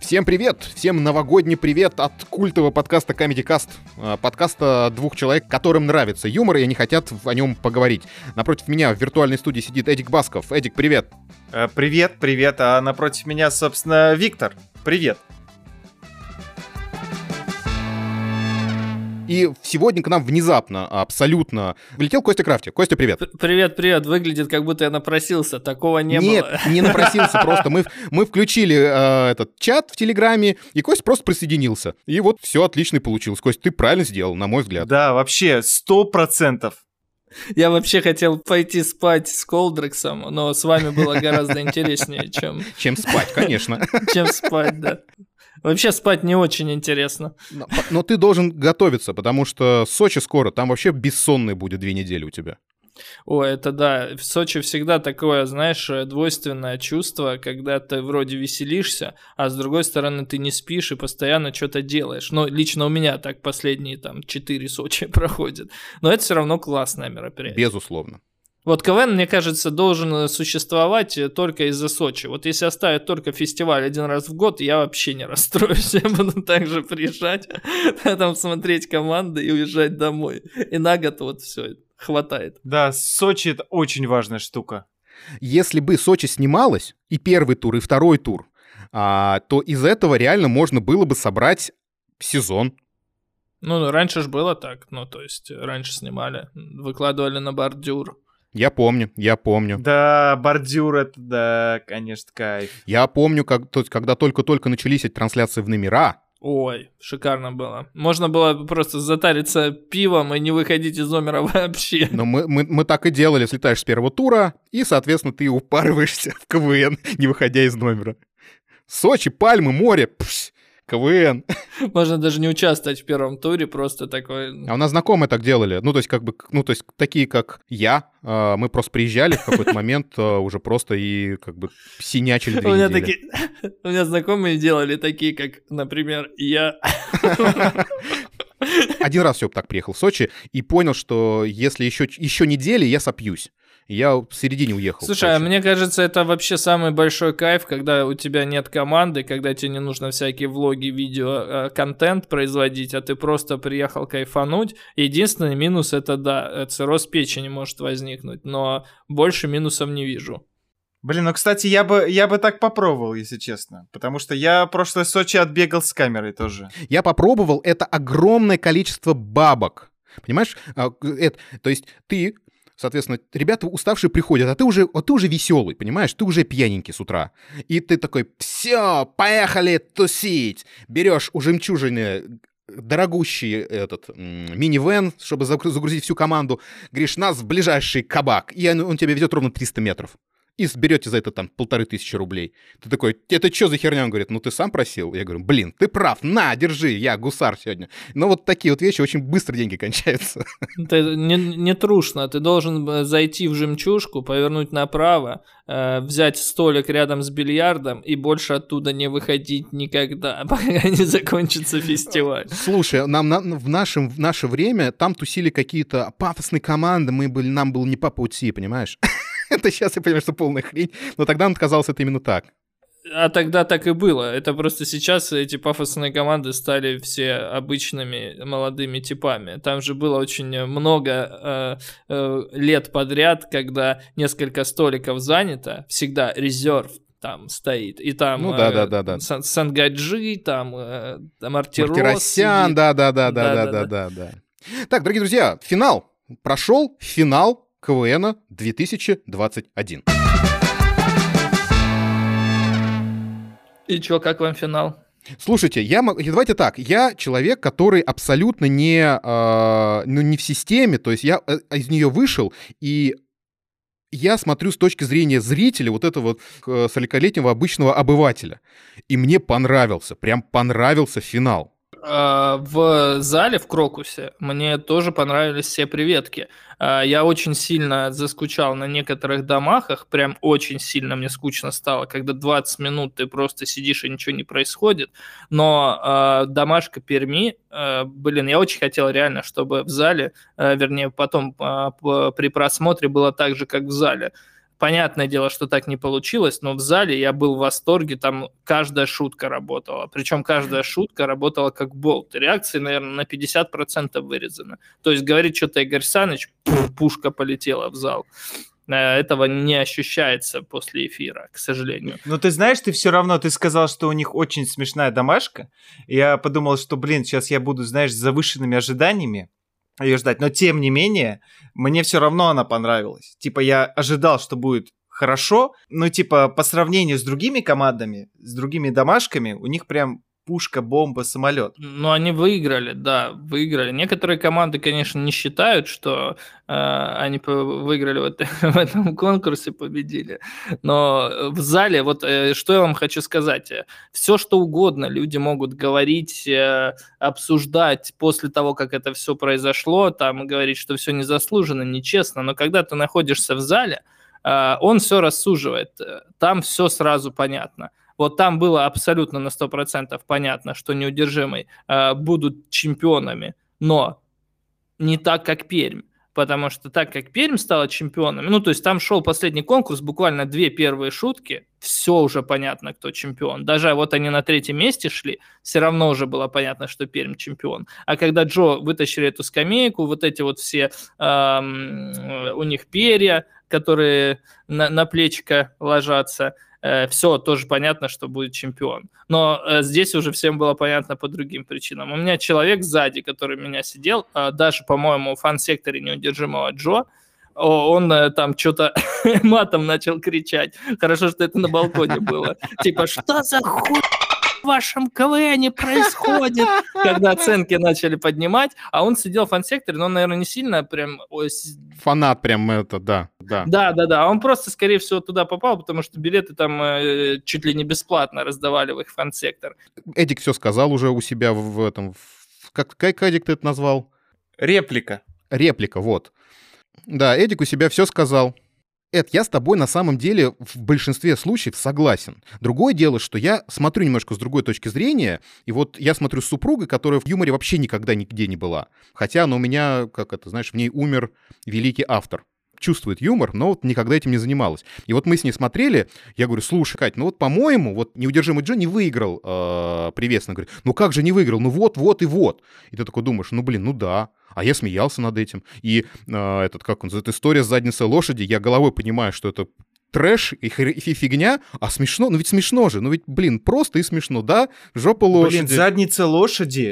Всем привет! Всем новогодний привет от культового подкаста Comedy Cast. Подкаста двух человек, которым нравится юмор, и они хотят о нем поговорить. Напротив меня в виртуальной студии сидит Эдик Басков. Эдик, привет! Привет. А напротив меня, собственно, Виктор. Привет! И сегодня к нам внезапно, абсолютно, влетел Костя Крафти. Костя, привет. Привет. Выглядит, как будто я напросился. Такого не было. Нет, не напросился просто. Мы включили этот чат в Телеграме, и Костя просто присоединился. И вот все отлично получилось. Костя, ты правильно сделал, на мой взгляд. Да, вообще, 100%. Я вообще хотел пойти спать с Колдрексом, но с вами было гораздо интереснее, чем... Чем спать, конечно. Чем спать, да. Вообще спать не очень интересно. Но ты должен готовиться, потому что Сочи скоро, там вообще бессонный будет 2 недели у тебя. О, это да. В Сочи всегда такое, знаешь, двойственное чувство, когда ты вроде веселишься, а с другой стороны ты не спишь и постоянно что-то делаешь. Но лично у меня так последние 4 Сочи проходят. Но это все равно классное мероприятие. Безусловно. Вот КВН, мне кажется, должен существовать только из-за Сочи. Вот если оставят только фестиваль 1 раз в год, я вообще не расстроюсь. Я буду также приезжать, там смотреть команды и уезжать домой. И на год вот все хватает. Да, Сочи — это очень важная штука. Если бы Сочи снималось, и первый тур, и второй тур, то из этого реально можно было бы собрать сезон. Ну, раньше же было так. Ну, то есть, раньше снимали, выкладывали на бордюр. Я помню. Да, бордюр — это, да, конечно, кайф. Я помню, когда только-только начались эти трансляции в номера. Ой, шикарно было. Можно было просто затариться пивом и не выходить из номера вообще. Но мы так и делали. Слетаешь с первого тура, и, соответственно, ты упарываешься в КВН, не выходя из номера. Сочи, пальмы, море, КВН. Можно даже не участвовать в первом туре, просто такой... А у нас знакомые так делали. Ну, то есть, такие, как я, мы просто приезжали в какой-то момент уже просто и как бы синячили 2 недели. У меня знакомые делали такие, как, например, я... 1 раз все так приехал в Сочи и понял, что если еще недели, я сопьюсь. Я в середине уехал. Слушай, мне кажется, это вообще самый большой кайф, когда у тебя нет команды, когда тебе не нужно всякие влоги, видео, контент производить, а ты просто приехал кайфануть. Единственный минус — это, да, цирроз печени может возникнуть, но больше минусов не вижу. Блин, ну, кстати, я бы так попробовал, если честно. Потому что я прошлое Сочи отбегал с камерой тоже. Я попробовал, это огромное количество бабок. Понимаешь? То есть ты... Соответственно, ребята уставшие приходят, а ты уже веселый, понимаешь? Ты уже пьяненький с утра. И ты такой: все, поехали тусить. Берешь у жемчужины дорогущий минивэн, чтобы загрузить всю команду. Говоришь: нас в ближайший кабак. И он тебя везет ровно 300 метров. И берете за это 1500 рублей. Ты такой: это что за херня? Он говорит: ну ты сам просил. Я говорю: блин, ты прав, на, держи, я гусар сегодня. Но вот такие вот вещи, очень быстро деньги кончаются. Это не трушно, ты должен зайти в жемчужку, повернуть направо, взять столик рядом с бильярдом и больше оттуда не выходить никогда, пока не закончится фестиваль. Слушай, в наше время там тусили какие-то пафосные команды, нам было не по пути, понимаешь? Это сейчас я понимаю, что полная хрень, но тогда он казался это именно так. А тогда так и было. Это просто сейчас эти пафосные команды стали все обычными молодыми типами. Там же было очень много лет подряд, когда несколько столиков занято, всегда резерв там стоит. И там Сангаджи, там Мартиросян, да. Так, дорогие друзья, финал. Прошел финал КВН 2021. И чё, как вам финал? Слушайте, давайте так, я человек, который абсолютно не в системе, то есть я из нее вышел, и я смотрю с точки зрения зрителя, вот этого 40-летнего обычного обывателя, и мне прям понравился финал. В зале в Крокусе мне тоже понравились все приветки. Я очень сильно заскучал на некоторых домахах, прям очень сильно мне скучно стало, когда 20 минут ты просто сидишь и ничего не происходит. Но домашка Перми, я очень хотел реально, чтобы в зале, вернее потом при просмотре было так же, как в зале. Понятное дело, что так не получилось, но в зале я был в восторге, там каждая шутка работала. Причем каждая шутка работала как болт. Реакции, наверное, на 50% вырезаны. То есть говорит что-то Игорь Саныч, пушка полетела в зал. Этого не ощущается после эфира, к сожалению. Но ты знаешь, ты все равно, ты сказал, что у них очень смешная домашка. Я подумал, что, сейчас я буду, знаешь, с завышенными ожиданиями ее ждать. Но тем не менее, мне все равно она понравилась. Типа я ожидал, что будет хорошо, но типа по сравнению с другими командами, с другими домашками, у них прям пушка, бомба, самолет. Ну, они выиграли, да, выиграли. Некоторые команды, конечно, не считают, что они выиграли в этом конкурсе, победили. Но в зале, вот что я вам хочу сказать. Все, что угодно люди могут говорить, обсуждать после того, как это все произошло, там говорить, что все незаслуженно, нечестно. Но когда ты находишься в зале, он все рассуживает. Там все сразу понятно. Вот там было абсолютно на 100% понятно, что неудержимые будут чемпионами, но не так, как Пермь. Потому что так, как Пермь стала чемпионами, ну, то есть там шел последний конкурс, буквально 2 первые шутки, все уже понятно, кто чемпион. Даже вот они на 3-м месте шли, все равно уже было понятно, что Пермь чемпион. А когда Джо вытащили эту скамейку, вот эти вот все у них перья, которые на плечико ложатся, все, тоже понятно, что будет чемпион. Но здесь уже всем было понятно по другим причинам. У меня человек сзади, который меня сидел, даже, по-моему, в фан-секторе неудержимого Джо, он там что-то матом начал кричать. Хорошо, что это на балконе было. Типа, что за хуй в вашем КВНе происходит? Когда оценки начали поднимать, а он сидел в фан-секторе, но он, наверное, не сильно прям... Фанат прям это, да. Да. Он просто, скорее всего, туда попал, потому что билеты там чуть ли не бесплатно раздавали в их фан-сектор. Эдик все сказал уже у себя в этом... Как Эдик ты это назвал? Реплика, вот. Да, Эдик у себя все сказал. Эд, я с тобой на самом деле в большинстве случаев согласен. Другое дело, что я смотрю немножко с другой точки зрения, и вот я смотрю с супругой, которая в юморе вообще никогда нигде не была. Хотя она у меня, в ней умер великий автор. Чувствует юмор, но вот никогда этим не занималась. И вот мы с ней смотрели, я говорю, слушай, Кать, ну вот, по-моему, вот неудержимый Джо не выиграл приветственно. Говорит, ну как же не выиграл? Ну вот. И ты такой думаешь, ну да. А я смеялся над этим. И эта история с задницей лошади, я головой понимаю, что это трэш и фигня, а смешно, ну ведь смешно же, просто и смешно, да? Жопа лошади. Задница лошади,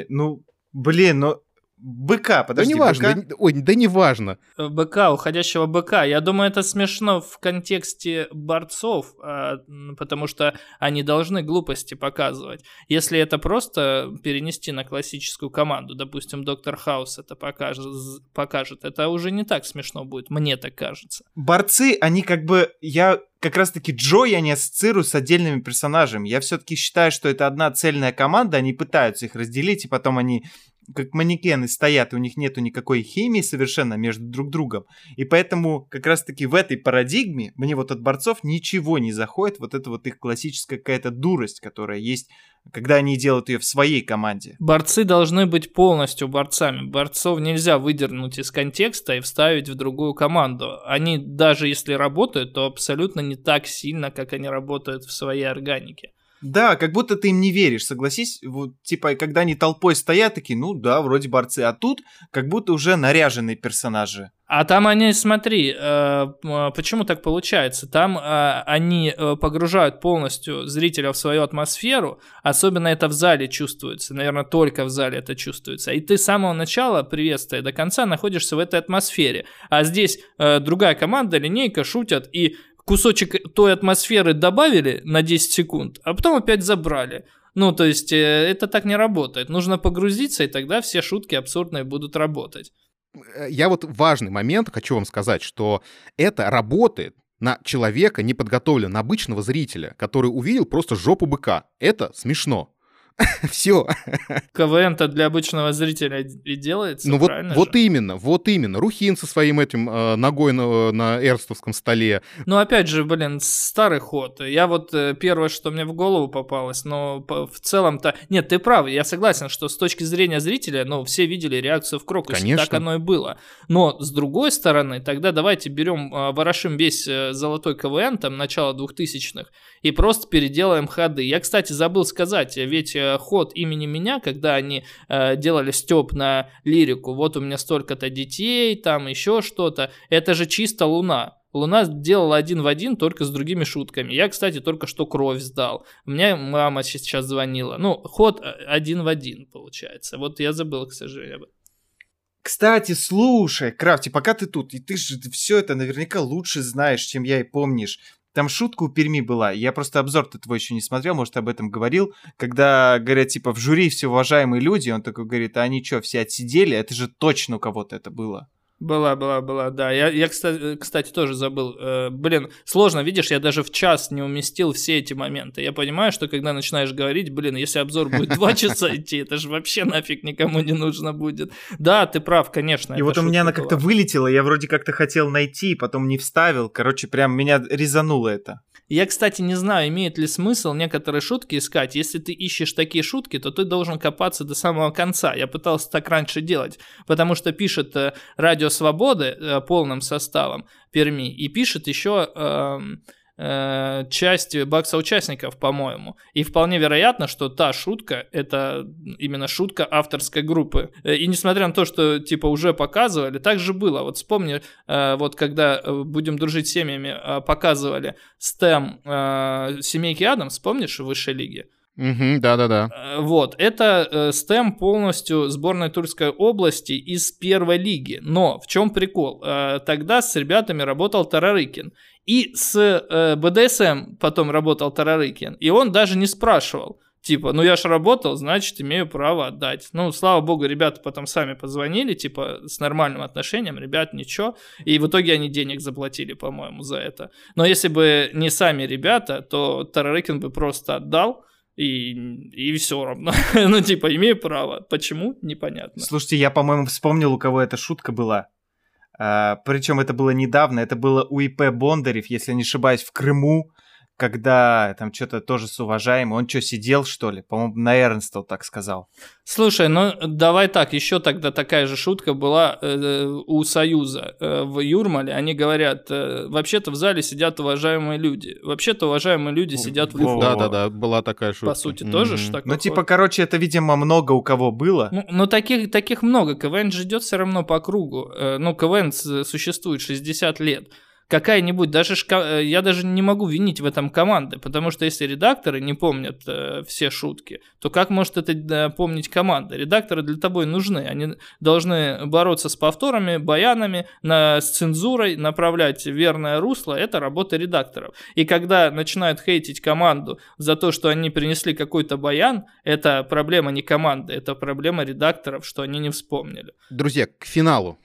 быка, подожди, да неважно, быка? Неважно. Быка, уходящего быка. Я думаю, это смешно в контексте борцов, потому что они должны глупости показывать. Если это просто перенести на классическую команду, допустим, Доктор Хаус это покажет, это уже не так смешно будет, мне так кажется. Борцы, они я как раз-таки Джо я не ассоциирую с отдельными персонажами. Я все-таки считаю, что это одна цельная команда, они пытаются их разделить, и потом они как манекены стоят, и у них нету никакой химии совершенно между друг другом. И поэтому как раз-таки в этой парадигме мне вот от борцов ничего не заходит, вот это вот их классическая какая-то дурость, которая есть, когда они делают ее в своей команде. Борцы должны быть полностью борцами. Борцов нельзя выдернуть из контекста и вставить в другую команду. Они, даже если работают, то абсолютно не так сильно, как они работают в своей органике. Да, как будто ты им не веришь, согласись? Вот, когда они толпой стоят, такие, ну да, вроде борцы, а тут как будто уже наряженные персонажи. А там они, смотри, почему так получается? Там они погружают полностью зрителя в свою атмосферу, особенно это в зале чувствуется, наверное, только в зале это чувствуется. И ты с самого начала, приветствия до конца, находишься в этой атмосфере. А здесь другая команда, линейка, шутят, и кусочек той атмосферы добавили на 10 секунд, а потом опять забрали. Ну, то есть, это так не работает. Нужно погрузиться, и тогда все шутки абсурдные будут работать. Я вот важный момент хочу вам сказать, что это работает на человека неподготовленного, на обычного зрителя, который увидел просто жопу быка. Это смешно. Все. КВН-то для обычного зрителя и делается, Ну правильно вот же? именно. Рухин со своим этим ногой на эрстовском столе. Ну, опять же, блин, старый ход. Я вот первое, что мне в голову попалось, но в целом-то... Нет, ты прав, я согласен, что с точки зрения зрителя, ну, все видели реакцию в Крокусе, Конечно. так оно и было. Но, с другой стороны, тогда давайте берем, ворошим весь золотой КВН, там, начало 2000-х, и просто переделаем ходы. Я, кстати, забыл сказать, ведь ход имени меня, когда они делали стёб на лирику, вот у меня столько-то детей, там еще что-то, это же чисто Луна. Луна делала один в один, только с другими шутками. Я, кстати, только что кровь сдал. Мне мама сейчас звонила. Ну, ход один в один, получается. Вот я забыл, к сожалению, об этом. Кстати, слушай, Крафти, пока ты тут, и ты же все это наверняка лучше знаешь, чем я и помнишь. Там шутка у Перми была, я просто обзор-то твой еще не смотрел, может, об этом говорил, когда говорят, типа, в жюри все уважаемые люди, он такой говорит, а они что, все отсидели? Это же точно у кого-то это было. Была, да. Я кстати, тоже забыл. Блин, сложно, видишь, я даже в час не уместил все эти моменты. Я понимаю, что когда начинаешь говорить, блин, если обзор будет 2 часа идти, это же вообще нафиг никому не нужно будет. Да, ты прав, конечно. И вот у меня она как-то вылетела, я вроде как-то хотел найти, потом не вставил. Короче, прям меня резануло это. Я, кстати, не знаю, имеет ли смысл некоторые шутки искать. Если ты ищешь такие шутки, то ты должен копаться до самого конца. Я пытался так раньше делать, потому что пишет Радио Свободы полным составом Перми и пишет еще часть бакса участников, по-моему. И вполне вероятно, что та шутка — это именно шутка авторской группы. И несмотря на то, что типа уже показывали, так же было. Вот вспомни, вот когда «Будем дружить с семьями» показывали стем «Семейки Адамс», помнишь, в высшей лиге? Да. Вот, это стем полностью сборной Тульской области из первой лиги. Но в чем прикол? Тогда с ребятами работал Тарарыкин. И с БДСМ потом работал Тарарыкин. И он даже не спрашивал. Типа, ну я ж работал, значит, имею право отдать. Ну, слава богу, ребята потом сами позвонили, типа, с нормальным отношением, ребят, ничего. И в итоге они денег заплатили, по-моему, за это. Но если бы не сами ребята, то Тарарыкин бы просто отдал. И все равно. Ну, типа, имею право. Почему? Непонятно. Слушайте, я, по-моему, вспомнил, у кого эта шутка была. Причем это было недавно. Это было у ИП Бондарев, если не ошибаюсь, в Крыму, когда там что-то тоже с уважаемым. Он что, сидел, что ли? По-моему, на Эрнстел так сказал. Слушай, ну давай так, еще тогда такая же шутка была у Союза в Юрмале. Они говорят, вообще-то в зале сидят уважаемые люди. Вообще-то уважаемые люди сидят в лифте. Да, была такая шутка. По сути, тоже ж такое. Ну, типа, короче, это, видимо, много у кого было. Ну, таких много. КВН же идет все равно по кругу. Ну, КВН существует 60 лет. Какая-нибудь, я даже не могу винить в этом команды, потому что если редакторы не помнят все шутки, то как может это помнить команда? Редакторы для того и нужны, они должны бороться с повторами, баянами, с цензурой, направлять верное русло, это работа редакторов. И когда начинают хейтить команду за то, что они принесли какой-то баян, это проблема не команды, это проблема редакторов, что они не вспомнили. Друзья, к финалу.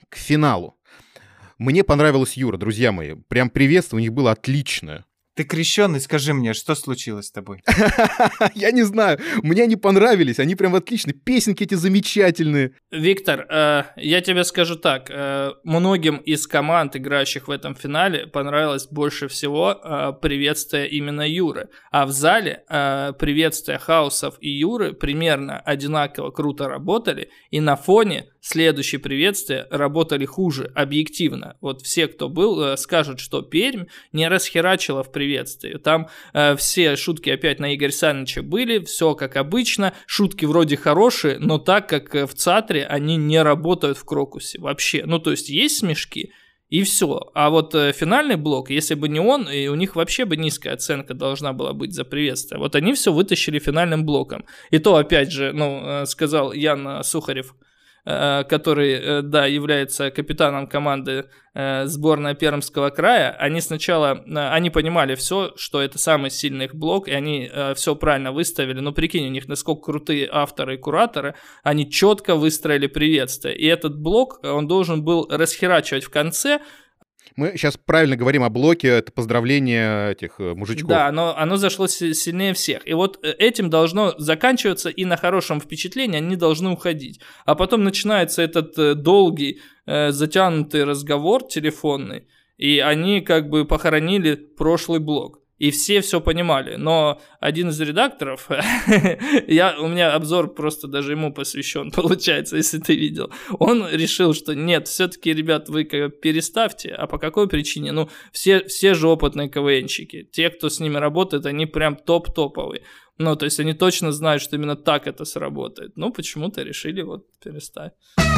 Мне понравилась Юра, друзья мои. Прям приветствие у них было отличное. Ты крещеный, скажи мне, что случилось с тобой? Я не знаю, мне они понравились, они прям отличные, песенки эти замечательные. Виктор, я тебе скажу так, многим из команд, играющих в этом финале, понравилось больше всего приветствие именно Юры. А в зале приветствия Хаусов и Юры примерно одинаково круто работали, и на фоне следующие приветствия работали хуже, объективно. Вот все, кто был, скажут, что Пермь не расхерачила в приветствии. Там все шутки опять на Игоря Саныча были, все как обычно, шутки вроде хорошие, но так как в ЦАТРе они не работают в Крокусе вообще. Ну, то есть есть смешки, и все. А вот финальный блок, если бы не он, и у них вообще бы низкая оценка должна была быть за приветствие. Вот они все вытащили финальным блоком. И то, опять же, сказал Ян Сухарев, который, да, является капитаном команды сборной Пермского края, они сначала, они понимали все, что это самый сильный их блок, и они все правильно выставили, но прикинь, у них насколько крутые авторы и кураторы, они четко выстроили приветствие, и этот блок, он должен был расхерачивать в конце. Мы сейчас правильно говорим о блоке, это поздравление этих мужичков. Да, оно зашло сильнее всех. И вот этим должно заканчиваться, и на хорошем впечатлении они должны уходить. А потом начинается этот долгий, затянутый разговор телефонный, и они как бы похоронили прошлый блок. И все понимали, но один из редакторов, у меня обзор просто даже ему посвящен, получается, если ты видел, он решил, что нет, все-таки, ребят, вы переставьте, а по какой причине? Ну, все же опытные КВНщики, те, кто с ними работает, они прям топ-топовые, ну, то есть они точно знают, что именно так это сработает, ну, почему-то решили вот переставить.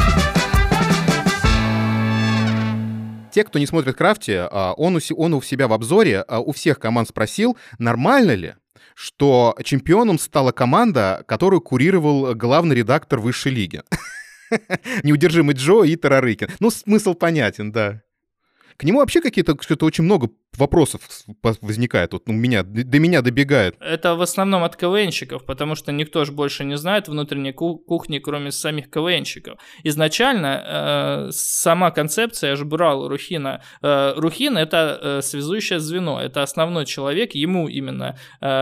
Те, кто не смотрит Крафти, он у себя в обзоре у всех команд спросил, нормально ли, что чемпионом стала команда, которую курировал главный редактор высшей лиги. Неудержимый Джо и Тарарыкин. Ну, смысл понятен, да. К нему вообще что-то очень много вопросов возникает. Вот до меня добегает. Это в основном от КВНщиков, потому что никто же больше не знает внутренней кухни, кроме самих КВНщиков. Изначально сама концепция, я же брал у Рухина. Рухин — это связующее звено, это основной человек. Ему именно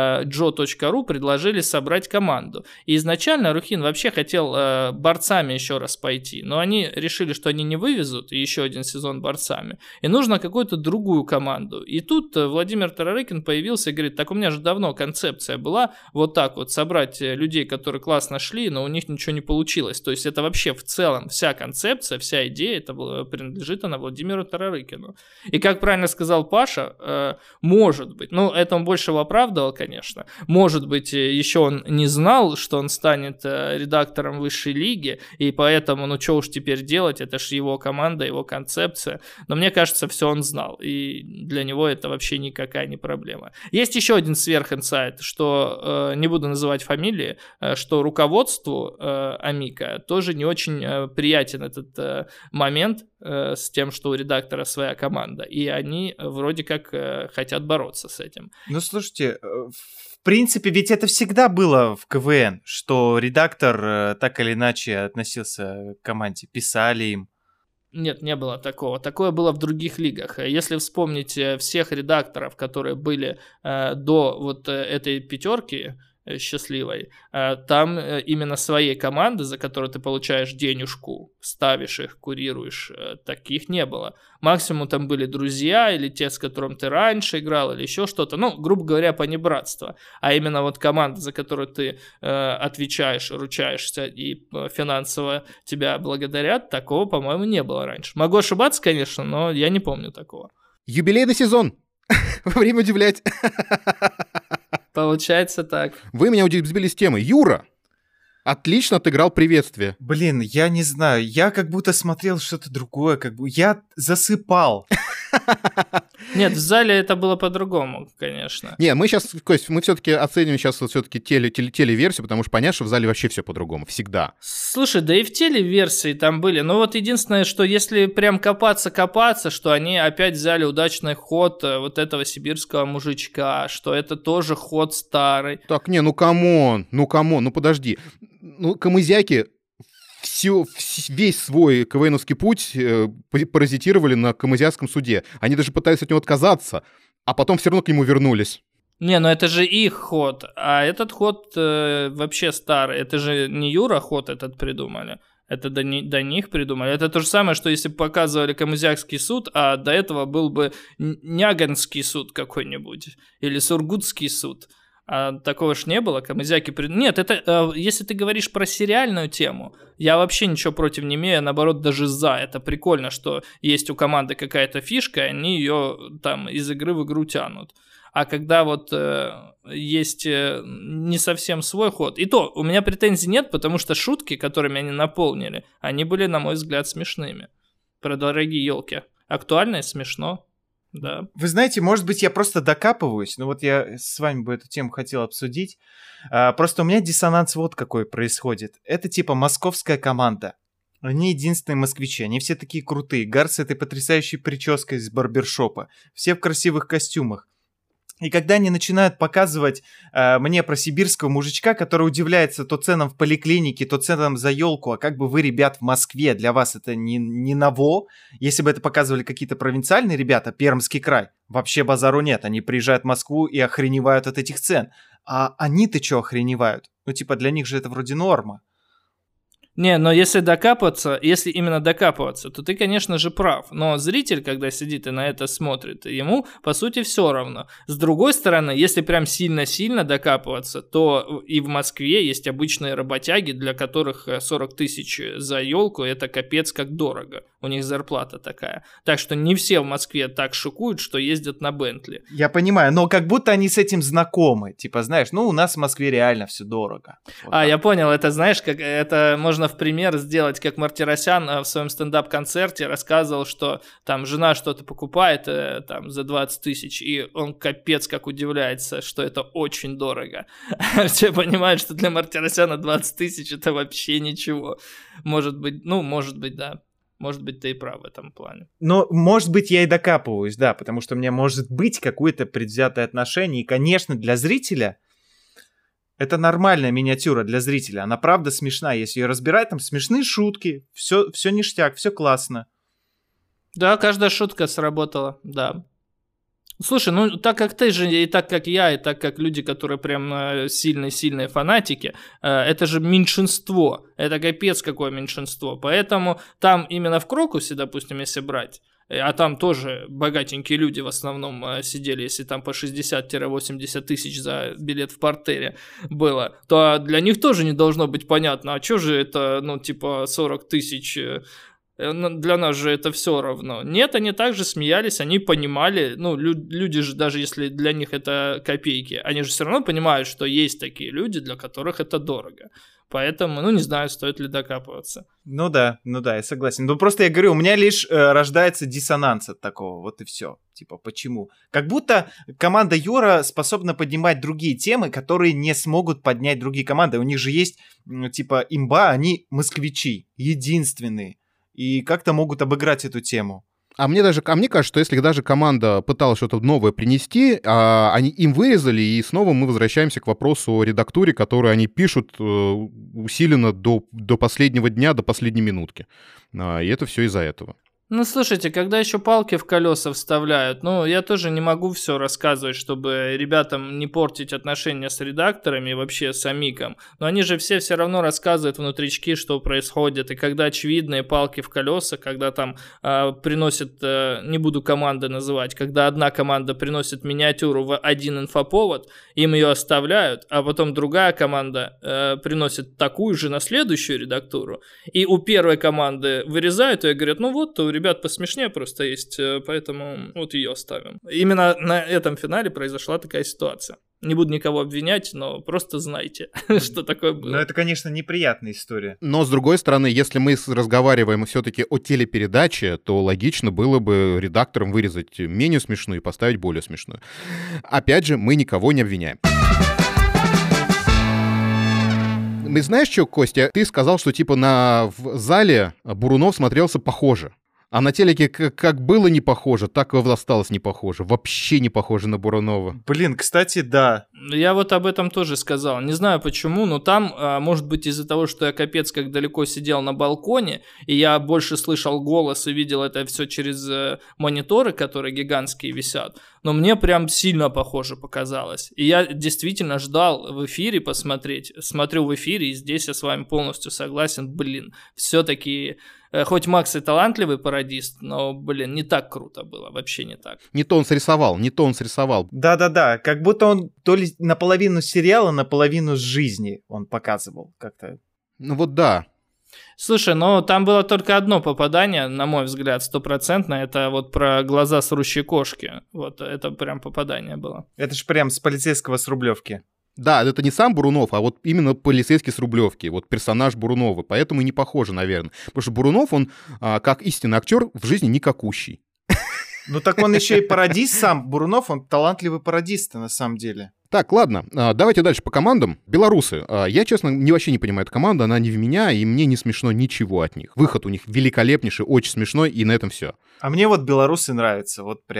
Joe.ru предложили собрать команду. И изначально Рухин вообще хотел борцами еще раз пойти, но они решили, что они не вывезут еще один сезон борцами, и нужно какую-то другую команду. И тут Владимир Тарарыкин появился и говорит, так у меня же давно концепция была вот так вот собрать людей, которые классно шли, но у них ничего не получилось. То есть это вообще в целом вся концепция, вся идея, это принадлежит она Владимиру Тарарыкину. И как правильно сказал Паша, может быть, ну это он больше оправдывал, конечно, может быть еще он не знал, что он станет редактором высшей лиги, и поэтому, ну что уж теперь делать, это же его команда, его концепция. Но мне кажется, все он знал, и для него это вообще никакая не проблема. Есть еще один сверхинсайт, что, не буду называть фамилии, что руководству Амика тоже не очень приятен этот момент с тем, что у редактора своя команда, и они вроде как хотят бороться с этим. Ну, слушайте, в принципе, ведь это всегда было в КВН, что редактор так или иначе относился к команде, писали им. Нет, не было такого. Такое было в других лигах. Если вспомнить всех редакторов, которые были до вот этой пятерки счастливой, там именно своей команды, за которую ты получаешь денежку, ставишь их, курируешь, таких не было. Максимум там были друзья или те, с которым ты раньше играл, или еще что-то. Ну, грубо говоря, понебратство. А именно вот команда, за которую ты отвечаешь, ручаешься и финансово тебя благодарят, такого, по-моему, не было раньше. Могу ошибаться, конечно, но я не помню такого. Юбилейный сезон. Время удивлять. Получается так. Вы меня сбили с темы. Юра, отлично отыграл приветствие. Блин, я не знаю, я как будто смотрел что-то другое, как бы я засыпал. Нет, в зале это было по-другому, конечно. Не, мы сейчас, Кость, мы все-таки оценим сейчас все-таки телеверсию, потому что понятно, что в зале вообще все по-другому, всегда. Слушай, да и в телеверсии там были. Но вот единственное, что если прям копаться, что они опять взяли удачный ход вот этого сибирского мужичка, что это тоже ход старый. Так, не, ну камон, ну подожди. Ну, камызяки весь свой КВНовский путь паразитировали на камызякском суде. Они даже пытались от него отказаться, а потом все равно к нему вернулись. Не, ну это же их ход, а этот ход вообще старый. Это же не Юра ход этот придумали. Это до них придумали. Это то же самое, что если бы показывали Камызякский суд, а до этого был бы Няганский суд какой-нибудь или Сургутский суд. А такого ж не было, камызяки... Нет, это, если ты говоришь про сериальную тему, я вообще ничего против не имею, наоборот, даже за. Это прикольно, что есть у команды какая-то фишка, и они ее там из игры в игру тянут. А когда вот есть не совсем свой ход, и то у меня претензий нет, потому что шутки, которыми они наполнили, они были, на мой взгляд, смешными. Про дорогие елки. Актуально и смешно. Да. Вы знаете, может быть, я просто докапываюсь, но вот я с вами бы эту тему хотел обсудить. Просто у меня диссонанс вот какой происходит. Это типа московская команда. Они единственные москвичи, они все такие крутые. Гар с этой потрясающей прической из барбершопа. Все в красивых костюмах. И когда они начинают показывать мне про сибирского мужичка, который удивляется то ценам в поликлинике, то ценам за елку, а как бы вы, ребят, в Москве, для вас это не ново. Если бы это показывали какие-то провинциальные ребята, Пермский край, вообще базару нет. Они приезжают в Москву и охреневают от этих цен. А они-то что охреневают? Ну, типа, для них же это вроде норма. Не, но если именно докапываться, то ты, конечно же, прав. Но зритель, когда сидит и на это смотрит, ему, по сути, все равно. С другой стороны, если прям сильно-сильно докапываться, то и в Москве есть обычные работяги, для которых 40 тысяч за елку – это капец как дорого. У них зарплата такая. Так что не все в Москве так шикуют, что ездят на Бентли. Я понимаю, но как будто они с этим знакомы. Типа, знаешь, ну, у нас в Москве реально все дорого. Вот я понял, это, знаешь, как это можно в пример сделать, как Мартиросян в своем стендап-концерте рассказывал, что там жена что-то покупает там за 20 тысяч, и он капец как удивляется, что это очень дорого. Все понимают, что для Мартиросяна 20 тысяч это вообще ничего. Может быть, да. Может быть, ты и прав в этом плане. Но, может быть, я и докапываюсь, да, потому что у меня может быть какое-то предвзятое отношение, и, конечно, для зрителя это нормальная миниатюра для зрителя. Она правда смешная. Если ее разбирать, там смешные шутки. Все ништяк, все классно. Да, каждая шутка сработала, да. Слушай, ну так как ты же, и так как я, и так как люди, которые прям сильные-сильные фанатики, это же меньшинство. Это капец какое меньшинство. Поэтому там именно в Крокусе, допустим, если брать, а там тоже богатенькие люди в основном сидели, если там по 60-80 тысяч за билет в партере было, то для них тоже не должно быть понятно, а что же это, 40 тысяч, для нас же это все равно. Нет, они также смеялись, они понимали, люди же, даже если для них это копейки, они же все равно понимают, что есть такие люди, для которых это дорого. Поэтому, не знаю, стоит ли докапываться. Ну да, я согласен. Ну просто я говорю, у меня лишь рождается диссонанс от такого, вот и все. Типа, почему? Как будто команда Юра способна поднимать другие темы, которые не смогут поднять другие команды. У них же есть, имба, они москвичи, единственные. И как-то могут обыграть эту тему. А мне кажется, что если даже команда пыталась что-то новое принести, им вырезали, и снова мы возвращаемся к вопросу о редактуре, которую они пишут усиленно до последнего дня, до последней минутки. И это все из-за этого. Слушайте, когда еще палки в колеса вставляют, я тоже не могу все рассказывать, чтобы ребятам не портить отношения с редакторами и вообще с Амиком. Но они же все равно рассказывают внутрички, что происходит. И когда очевидные палки в колеса, когда там приносят, не буду команды называть, когда одна команда приносит миниатюру в один инфоповод, им ее оставляют, а потом другая команда приносит такую же на следующую редактуру, и у первой команды вырезают ее и говорят, у ребят посмешнее просто есть, поэтому вот ее оставим. Именно на этом финале произошла такая ситуация. Не буду никого обвинять, но просто знайте, что такое было. Ну, это, конечно, неприятная история. Но, с другой стороны, если мы разговариваем все-таки о телепередаче, то логично было бы редакторам вырезать менее смешную и поставить более смешную. Опять же, мы никого не обвиняем. Знаешь что, Костя, ты сказал, что в зале Бурунов смотрелся похоже. А на телеке как было не похоже, так и осталось не похоже. Вообще не похоже на Бурунова. Блин, кстати, да. Я вот об этом тоже сказал. Не знаю почему, но там, может быть, из-за того, что я капец как далеко сидел на балконе, и я больше слышал голос и видел это все через мониторы, которые гигантские висят, но мне прям сильно похоже показалось. И я действительно ждал в эфире посмотреть. Смотрю в эфире, и здесь я с вами полностью согласен. Все-таки... Хоть Макс и талантливый пародист, но, не так круто было, вообще не так. Не то он срисовал. Да-да-да, как будто он то ли наполовину сериала, наполовину с жизни он показывал как-то. Ну вот да. Слушай, там было только одно попадание, на мой взгляд, 100%, это вот про глаза срущей кошки. Вот это прям попадание было. Это ж прям с полицейского с Рублевки. Да, это не сам Бурунов, а вот именно полицейский с Рублевки, вот персонаж Бурунова, поэтому и не похоже, наверное. Потому что Бурунов, он, как истинный актер, в жизни никакущий. Ну так он еще и пародист сам. Бурунов, он талантливый пародист на самом деле. Так, ладно, давайте дальше по командам. Белорусы. Я, честно, вообще не понимаю эту команду, она не в меня, и мне не смешно ничего от них. Выход у них великолепнейший, очень смешной, и на этом все. А мне вот белорусы нравятся, вот прям.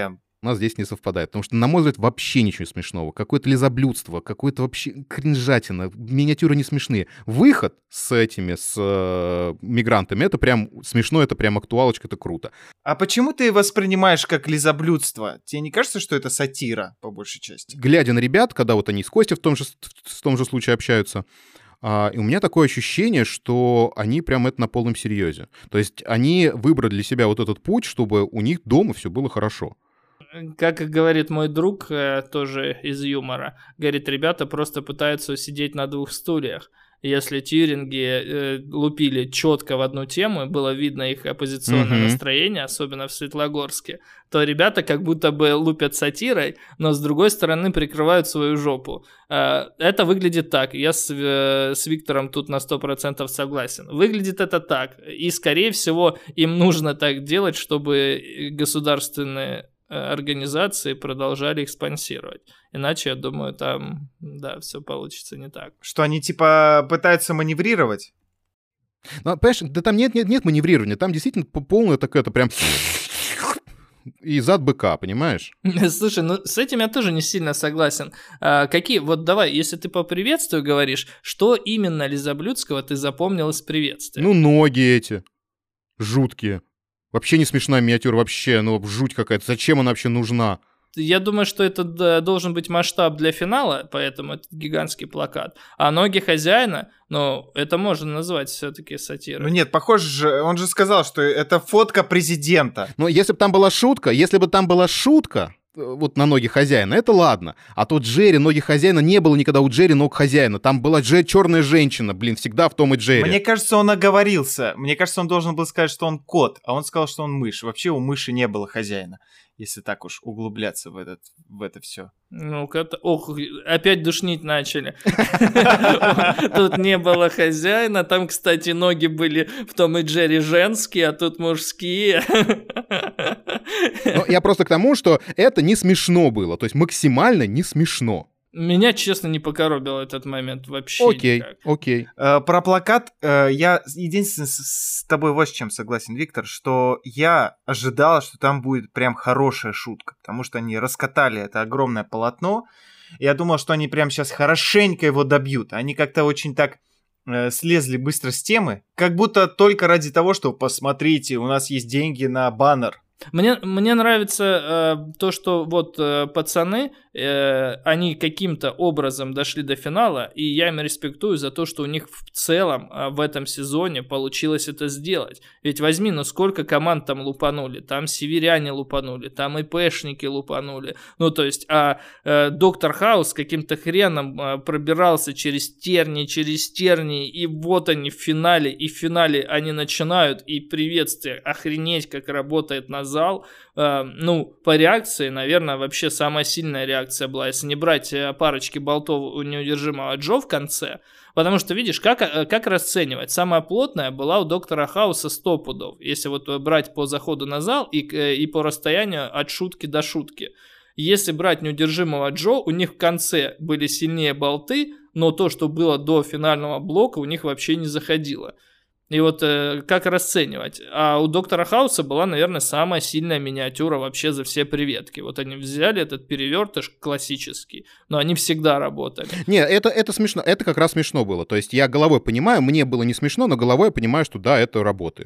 у нас здесь не совпадает. Потому что, на мой взгляд, вообще ничего смешного. Какое-то лизоблюдство, какое-то вообще кринжатина. Миниатюры не смешные. Выход с мигрантами, это прям смешно, это прям актуалочка, это круто. А почему ты воспринимаешь как лизоблюдство? Тебе не кажется, что это сатира, по большей части? Глядя на ребят, когда вот они с Костей в том же случае общаются, и у меня такое ощущение, что они прям это на полном серьезе. То есть они выбрали для себя вот этот путь, чтобы у них дома все было хорошо. Как говорит мой друг, тоже из юмора, говорит, ребята просто пытаются сидеть на двух стульях. Если тьюринги лупили четко в одну тему, было видно их оппозиционное настроение, особенно в Светлогорске, то ребята как будто бы лупят сатирой, но с другой стороны прикрывают свою жопу. Это выглядит так. Я с Виктором тут на 100% согласен. Выглядит это так. И, скорее всего, им нужно так делать, чтобы государственные организации продолжали их спонсировать. Иначе, я думаю, там, да, все получится не так. Что они, типа, пытаются маневрировать? Ну, понимаешь, да там нет маневрирования, там действительно полное такое-то прям... И зад быка, понимаешь? Слушай, ну с этим я тоже не сильно согласен. Какие, вот давай, если ты по приветствию говоришь, что именно лизоблюдского ты запомнил из приветствия? Ну, ноги эти, жуткие. Вообще не смешная миниатюра, вообще, ну, жуть какая-то. Зачем она вообще нужна? Я думаю, что это должен быть масштаб для финала, поэтому это гигантский плакат. А ноги хозяина, ну, это можно назвать все-таки сатирой. Ну нет, похоже же, он же сказал, что это фотка президента. Но если бы там была шутка, вот на ноги хозяина, это ладно. А то Джерри, ноги хозяина, не было никогда у Джерри ног хозяина. Там была черная женщина, блин, всегда в Том и Джерри. Мне кажется, он оговорился. Мне кажется, он должен был сказать, что он кот, а он сказал, что он мышь. Вообще у мыши не было хозяина, если так уж углубляться в это все. Ну-ка, ох, опять душнить начали. Тут не было хозяина, там, кстати, ноги были в Том и Джерри женские, а тут мужские. Ну, я просто к тому, что это не смешно было, то есть максимально не смешно. Меня, честно, не покоробил этот момент вообще никак. Окей. Про плакат я единственное с тобой вот с чем согласен, Виктор, что я ожидал, что там будет прям хорошая шутка, потому что они раскатали это огромное полотно. Я думал, что они прям сейчас хорошенько его добьют. Они как-то очень так слезли быстро с темы, как будто только ради того, что посмотрите, у нас есть деньги на баннер. Мне нравится то, что вот пацаны, они каким-то образом дошли до финала, и я им респектую за то, что у них в целом в этом сезоне получилось это сделать. Ведь возьми, ну сколько команд там лупанули, там северяне лупанули, там ИПшники лупанули, ну то есть, Доктор Хаус каким-то хреном пробирался через тернии, и вот они в финале, и в финале они начинают, и приветствие, охренеть, как работает на зал. Ну, по реакции, наверное, вообще самая сильная реакция была, если не брать парочки болтов у неудержимого Джо в конце, потому что, видишь, как расценивать? Самая плотная была у Доктора Хауса 100 пудов, если вот брать по заходу на зал и по расстоянию от шутки до шутки. Если брать неудержимого Джо, у них в конце были сильнее болты, но то, что было до финального блока, у них вообще не заходило. И вот как расценивать? А у Доктора Хауса была, наверное, самая сильная миниатюра вообще за все приветки. Вот они взяли этот перевертыш классический, но они всегда работали. Не, это смешно, это как раз смешно было. То есть я головой понимаю, мне было не смешно, но головой я понимаю, что да, это работает.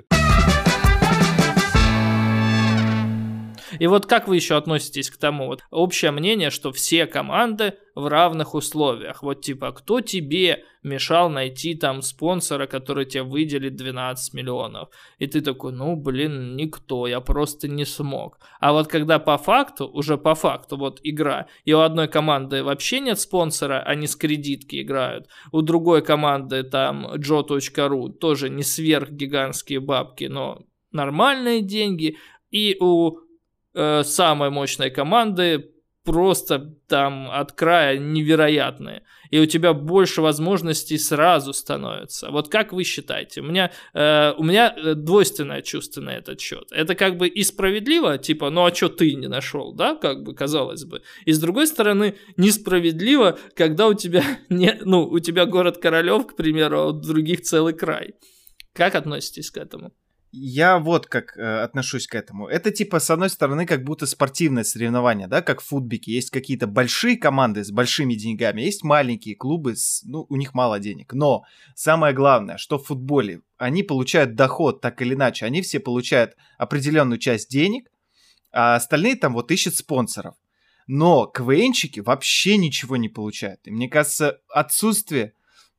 И вот как вы еще относитесь к тому? Вот общее мнение, что все команды в равных условиях. Вот типа, кто тебе мешал найти там спонсора, который тебе выделит 12 миллионов? И ты такой, ну блин, никто, я просто не смог. А вот когда по факту, вот игра, и у одной команды вообще нет спонсора, они с кредитки играют, у другой команды там Joe.ru тоже не сверхгигантские бабки, но нормальные деньги, и у самой мощной команды просто там от края невероятные. И у тебя больше возможностей сразу становится. Вот как вы считаете? У меня двойственное чувство на этот счет. Это как бы и справедливо, типа, ну а что ты не нашел, да, как бы казалось бы. И с другой стороны, несправедливо, когда у тебя у тебя город Королев, к примеру, а у других целый край. Как относитесь к этому? Я вот как отношусь к этому. Это типа, с одной стороны, как будто спортивное соревнование, да, как в футбике. Есть какие-то большие команды с большими деньгами, есть маленькие клубы, у них мало денег. Но самое главное, что в футболе они получают доход так или иначе. Они все получают определенную часть денег, а остальные там вот ищут спонсоров. Но КВНщики вообще ничего не получают. И мне кажется, отсутствие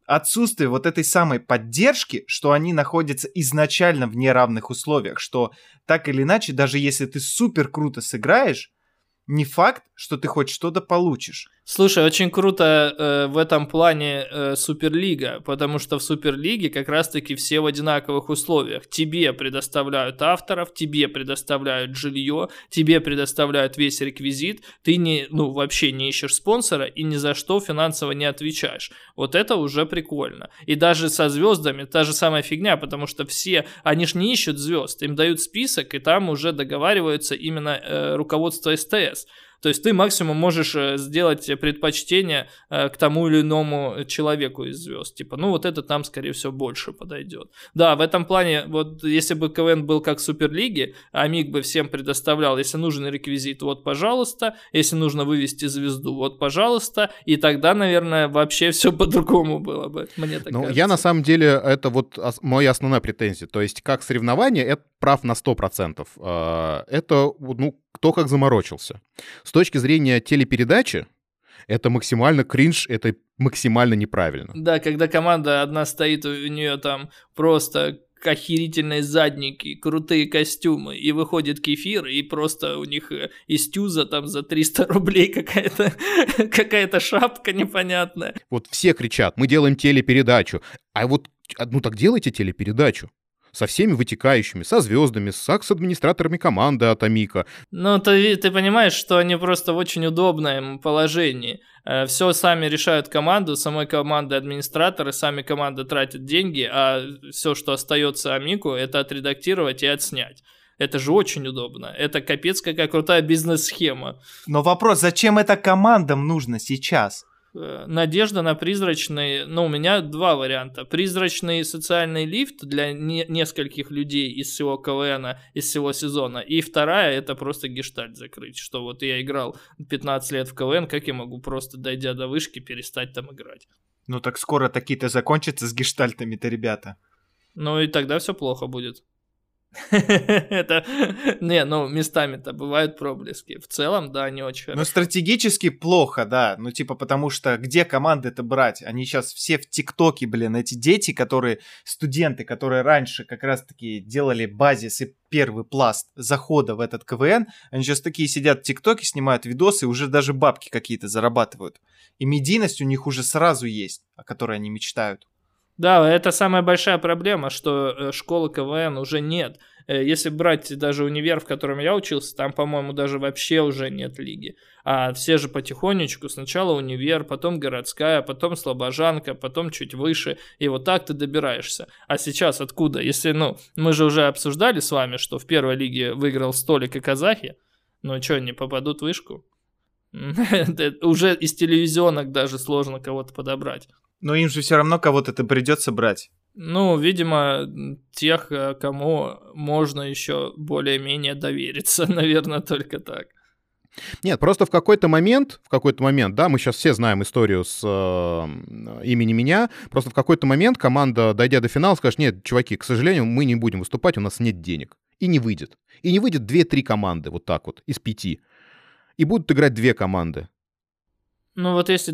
вот этой самой поддержки, что они находятся изначально в неравных условиях, что так или иначе, даже если ты супер круто сыграешь, не факт, что ты хоть что-то получишь. Слушай, очень круто в этом плане Суперлига, потому что в Суперлиге как раз-таки все в одинаковых условиях. Тебе предоставляют авторов, тебе предоставляют жилье, тебе предоставляют весь реквизит, ты вообще не ищешь спонсора и ни за что финансово не отвечаешь. Вот это уже прикольно. И даже со звездами та же самая фигня, потому что все, они ж не ищут звезд, им дают список, и там уже договариваются именно руководство СТС. То есть ты максимум можешь сделать предпочтение к тому или иному человеку из звезд. Типа, вот этот нам, скорее всего, больше подойдет. Да, в этом плане, вот если бы КВН был как Суперлиги, Амик бы всем предоставлял, если нужен реквизит, вот, пожалуйста, если нужно вывести звезду, вот, пожалуйста, и тогда, наверное, вообще все по-другому было бы, мне так кажется. Я на самом деле, это вот моя основная претензия. То есть как соревнование, это прав на 100%. Это, кто как заморочился. С точки зрения телепередачи, это максимально кринж, это максимально неправильно. Да, когда команда одна стоит, у нее там просто охерительные задники, крутые костюмы, и выходит Кефир, и просто у них из тюза там за 300 рублей какая-то шапка непонятная. Вот все кричат, мы делаем телепередачу. А вот, так делайте телепередачу. Со всеми вытекающими, со звездами, с администраторами команды от Амика. Ты понимаешь, что они просто в очень удобном положении. Все сами решают команду, самой команды администраторы, сами команды тратят деньги, а все, что остается Амику, это отредактировать и отснять. Это же очень удобно. Это капец какая крутая бизнес-схема. Но вопрос, зачем это командам нужно сейчас? Надежда на призрачный, у меня два варианта. Призрачный социальный лифт для нескольких людей из всего КВНа, из всего сезона. И вторая, это просто гештальт закрыть. Что вот я играл 15 лет в КВН, как я могу просто, дойдя до вышки, перестать там играть? Так скоро такие-то закончатся с гештальтами-то, ребята. И тогда все плохо будет. Это, местами-то бывают проблески. В целом, да, не очень хорошо. Стратегически плохо, да. Потому что где команды-то брать? Они сейчас все в ТикТоке, эти дети, студенты, которые раньше как раз-таки делали базис и первый пласт захода в этот КВН, они сейчас такие сидят в ТикТоке, снимают видосы и уже даже бабки какие-то зарабатывают. И медийность у них уже сразу есть, о которой они мечтают. Да, это самая большая проблема, что школы КВН уже нет. Если брать даже универ, в котором я учился, там, по-моему, даже вообще уже нет лиги. А все же потихонечку, сначала универ, потом городская, потом слобожанка, потом чуть выше, и вот так ты добираешься. А сейчас откуда? Если, мы же уже обсуждали с вами, что в первой лиге выиграл Столик и казахи, что, они попадут в вышку? Уже из телевизионок даже сложно кого-то подобрать. Но им же все равно кого-то придется брать. Видимо, тех, кому можно еще более-менее довериться, наверное, только так. Нет, просто в какой-то момент, да, мы сейчас все знаем историю с имени меня, просто в какой-то момент команда, дойдя до финала, скажет: нет, чуваки, к сожалению, мы не будем выступать, у нас нет денег. И не выйдет. И не выйдет 2-3 команды, вот так вот, из 5. И будут играть 2 команды. Если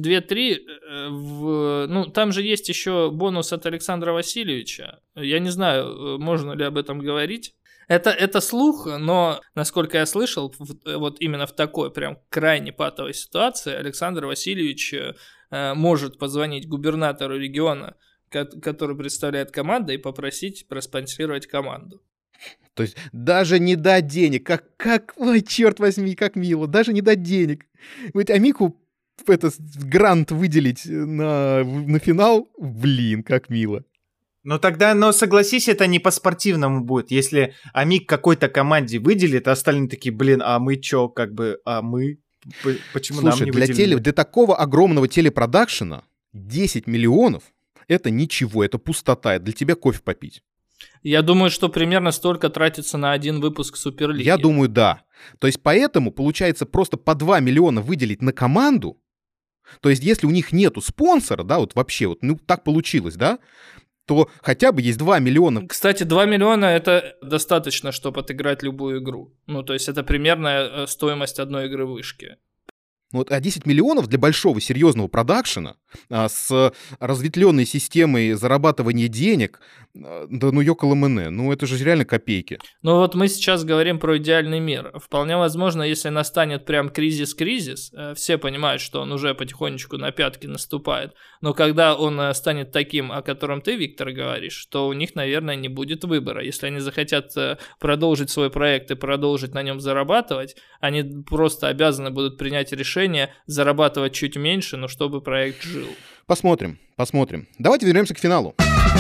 2-3, там же есть еще бонус от Александра Васильевича. Я не знаю, можно ли об этом говорить. Это слух, но, насколько я слышал, вот именно в такой прям крайне патовой ситуации Александр Васильевич может позвонить губернатору региона, который представляет команду, и попросить проспонсировать команду. То есть даже не дать денег. Ой, черт возьми, как мило. Даже не дать денег. Ведь Амику грант выделить на финал, как мило. Тогда, согласись, это не по-спортивному будет. Если Амик какой-то команде выделит, а остальные такие: а мы чё, мы? Почему нам не выделили? Для такого огромного телепродакшена 10 миллионов — это ничего, это пустота, для тебя кофе попить. Я думаю, что примерно столько тратится на один выпуск Суперлиги. Я думаю, да. То есть поэтому, получается, просто по 2 миллиона выделить на команду. То есть если у них нету спонсора, да, вот вообще, вот, ну, так получилось, да, то хотя бы есть 2 миллиона. Кстати, 2 миллиона — это достаточно, чтобы отыграть любую игру. Ну, то есть это примерная стоимость одной игры вышки. Вот, а 10 миллионов для большого серьезного продакшена с разветвленной системой зарабатывания денег, да ну ёкаламэне, ну это же реально копейки. Ну вот мы сейчас говорим про идеальный мир. Вполне возможно, если настанет прям кризис-кризис, все понимают, что он уже потихонечку на пятки наступает, но когда он станет таким, о котором ты, Виктор, говоришь, то у них, наверное, не будет выбора. Если они захотят продолжить свой проект и продолжить на нем зарабатывать, они просто обязаны будут принять решение зарабатывать чуть меньше, но чтобы проект жил. Посмотрим. Давайте вернемся к финалу.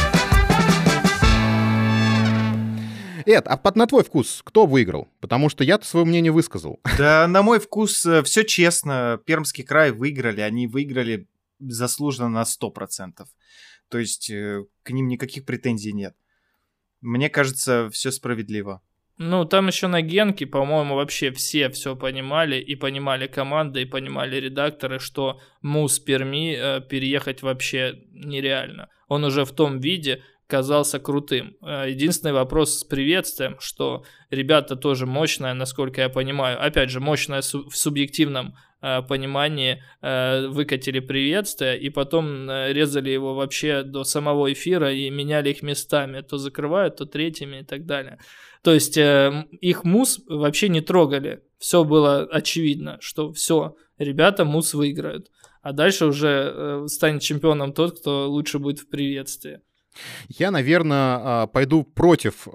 Эд, а на твой вкус кто выиграл? Потому что я-то свое мнение высказал. Да, на мой вкус все честно. Пермский край выиграли. Они выиграли заслуженно на 100%. То есть к ним никаких претензий нет. Мне кажется, все справедливо. Ну, там еще на Генке, по-моему, вообще все понимали, и понимали команды, и понимали редакторы, что МУС Перми переехать вообще нереально. Он уже в том виде казался крутым. Единственный вопрос с приветствием, что ребята тоже мощная, насколько я понимаю, опять же, мощная в субъективном понимании, выкатили приветствие, и потом резали его вообще до самого эфира и меняли их местами, то закрывают, то третьими и так далее. То есть их МУС вообще не трогали. Все было очевидно, что все, ребята МУС выиграют. А дальше уже станет чемпионом тот, кто лучше будет в приветствии. Я, наверное, пойду против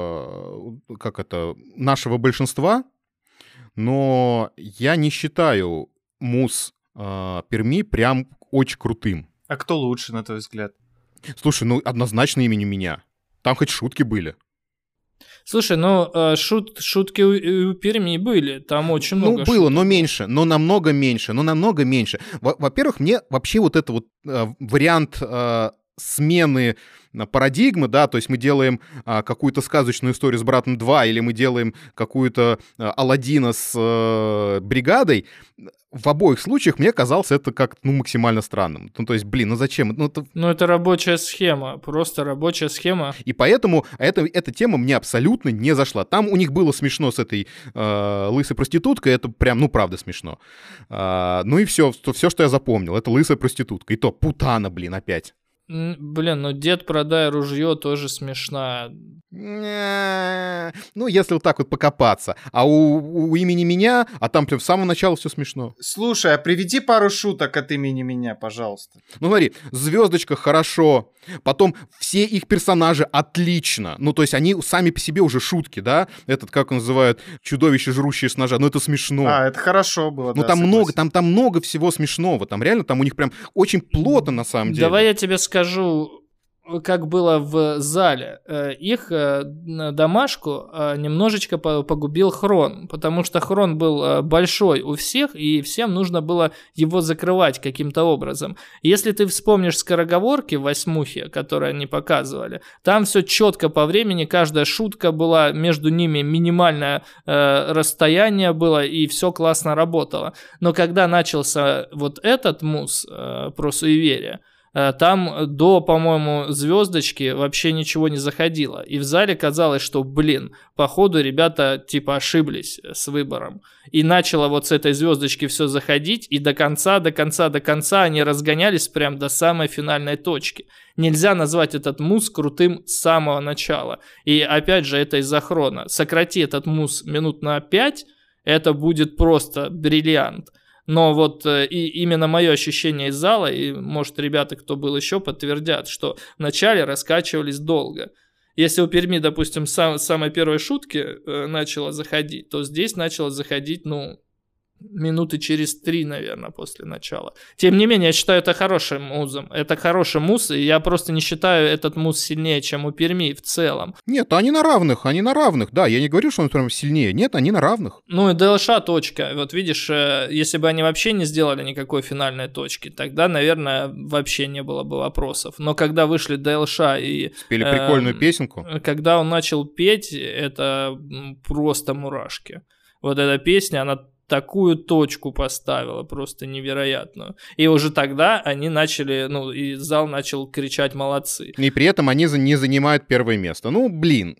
нашего большинства, но я не считаю МУС Перми прям очень крутым. А кто лучше, на твой взгляд? Слушай, ну однозначно имени меня. Там хоть шутки были. Слушай, ну шутки у Перми были, там очень много шуток. Ну, было, шуток. но меньше, но намного меньше. Во-первых, мне вообще вот это вот вариант смены парадигмы, да, то есть мы делаем какую-то сказочную историю с «Братом 2» или мы делаем какую-то Аладдина с бригадой, в обоих случаях мне казалось это как максимально странным. Ну, то есть, ну зачем? Это рабочая схема, просто рабочая схема. И поэтому эта тема мне абсолютно не зашла. Там у них было смешно с этой лысой проституткой, это прям, правда смешно. Ну и все, что я запомнил, это лысая проститутка. И то путана, опять. Блин, дед, продай ружье, тоже смешно. Ну, если вот так вот покопаться. А у имени меня, а там прям с самого начала все смешно. Слушай, а приведи пару шуток от имени меня, пожалуйста. Ну, смотри, звездочка хорошо. Потом все их персонажи отлично. Ну, то есть они сами по себе уже шутки, да? Этот, как он называют, чудовище, жрущее с ножа. Ну, это смешно. Это хорошо было, ну, да, там много всего смешного. Там реально, там у них прям очень плотно, на самом деле. Давай я тебе скажу, как было в зале. Их домашку немножечко погубил Хрон, потому что Хрон был большой у всех, и всем нужно было его закрывать каким-то образом. Если ты вспомнишь скороговорки в «Восьмухе», которые они показывали, там все четко по времени, каждая шутка была, между ними минимальное расстояние было, и все классно работало. Но когда начался вот этот МУС про суеверие, там до, по-моему, звездочки вообще ничего не заходило. И в зале казалось, что, походу ребята типа ошиблись с выбором. И начало вот с этой звездочки все заходить, и до конца они разгонялись прям до самой финальной точки. Нельзя назвать этот МУС крутым с самого начала. И опять же, это из-за Хрона. Сократи этот МУС минут на 5, это будет просто бриллиант. Но вот и именно мое ощущение из зала, и, может, ребята, кто был еще, подтвердят, что вначале раскачивались долго. Если у Перми, допустим, с самой первой шутки начало заходить, то здесь начало заходить, минуты через 3, наверное, после начала. Тем не менее, я считаю это хорошим музом. Это хороший муз, и я просто не считаю этот муз сильнее, чем у Перми в целом. Нет, они на равных, да. Я не говорю, что он прям сильнее. Нет, они на равных. Ну и ДЛШ точка. Вот видишь, если бы они вообще не сделали никакой финальной точки, тогда, наверное, вообще не было бы вопросов. Но когда вышли ДЛШ и... Спели прикольную песенку. Когда он начал петь, это просто мурашки. Вот эта песня, она такую точку поставила, просто невероятную. И уже тогда они начали, и зал начал кричать «молодцы». И при этом они не занимают первое место. Ну, блин.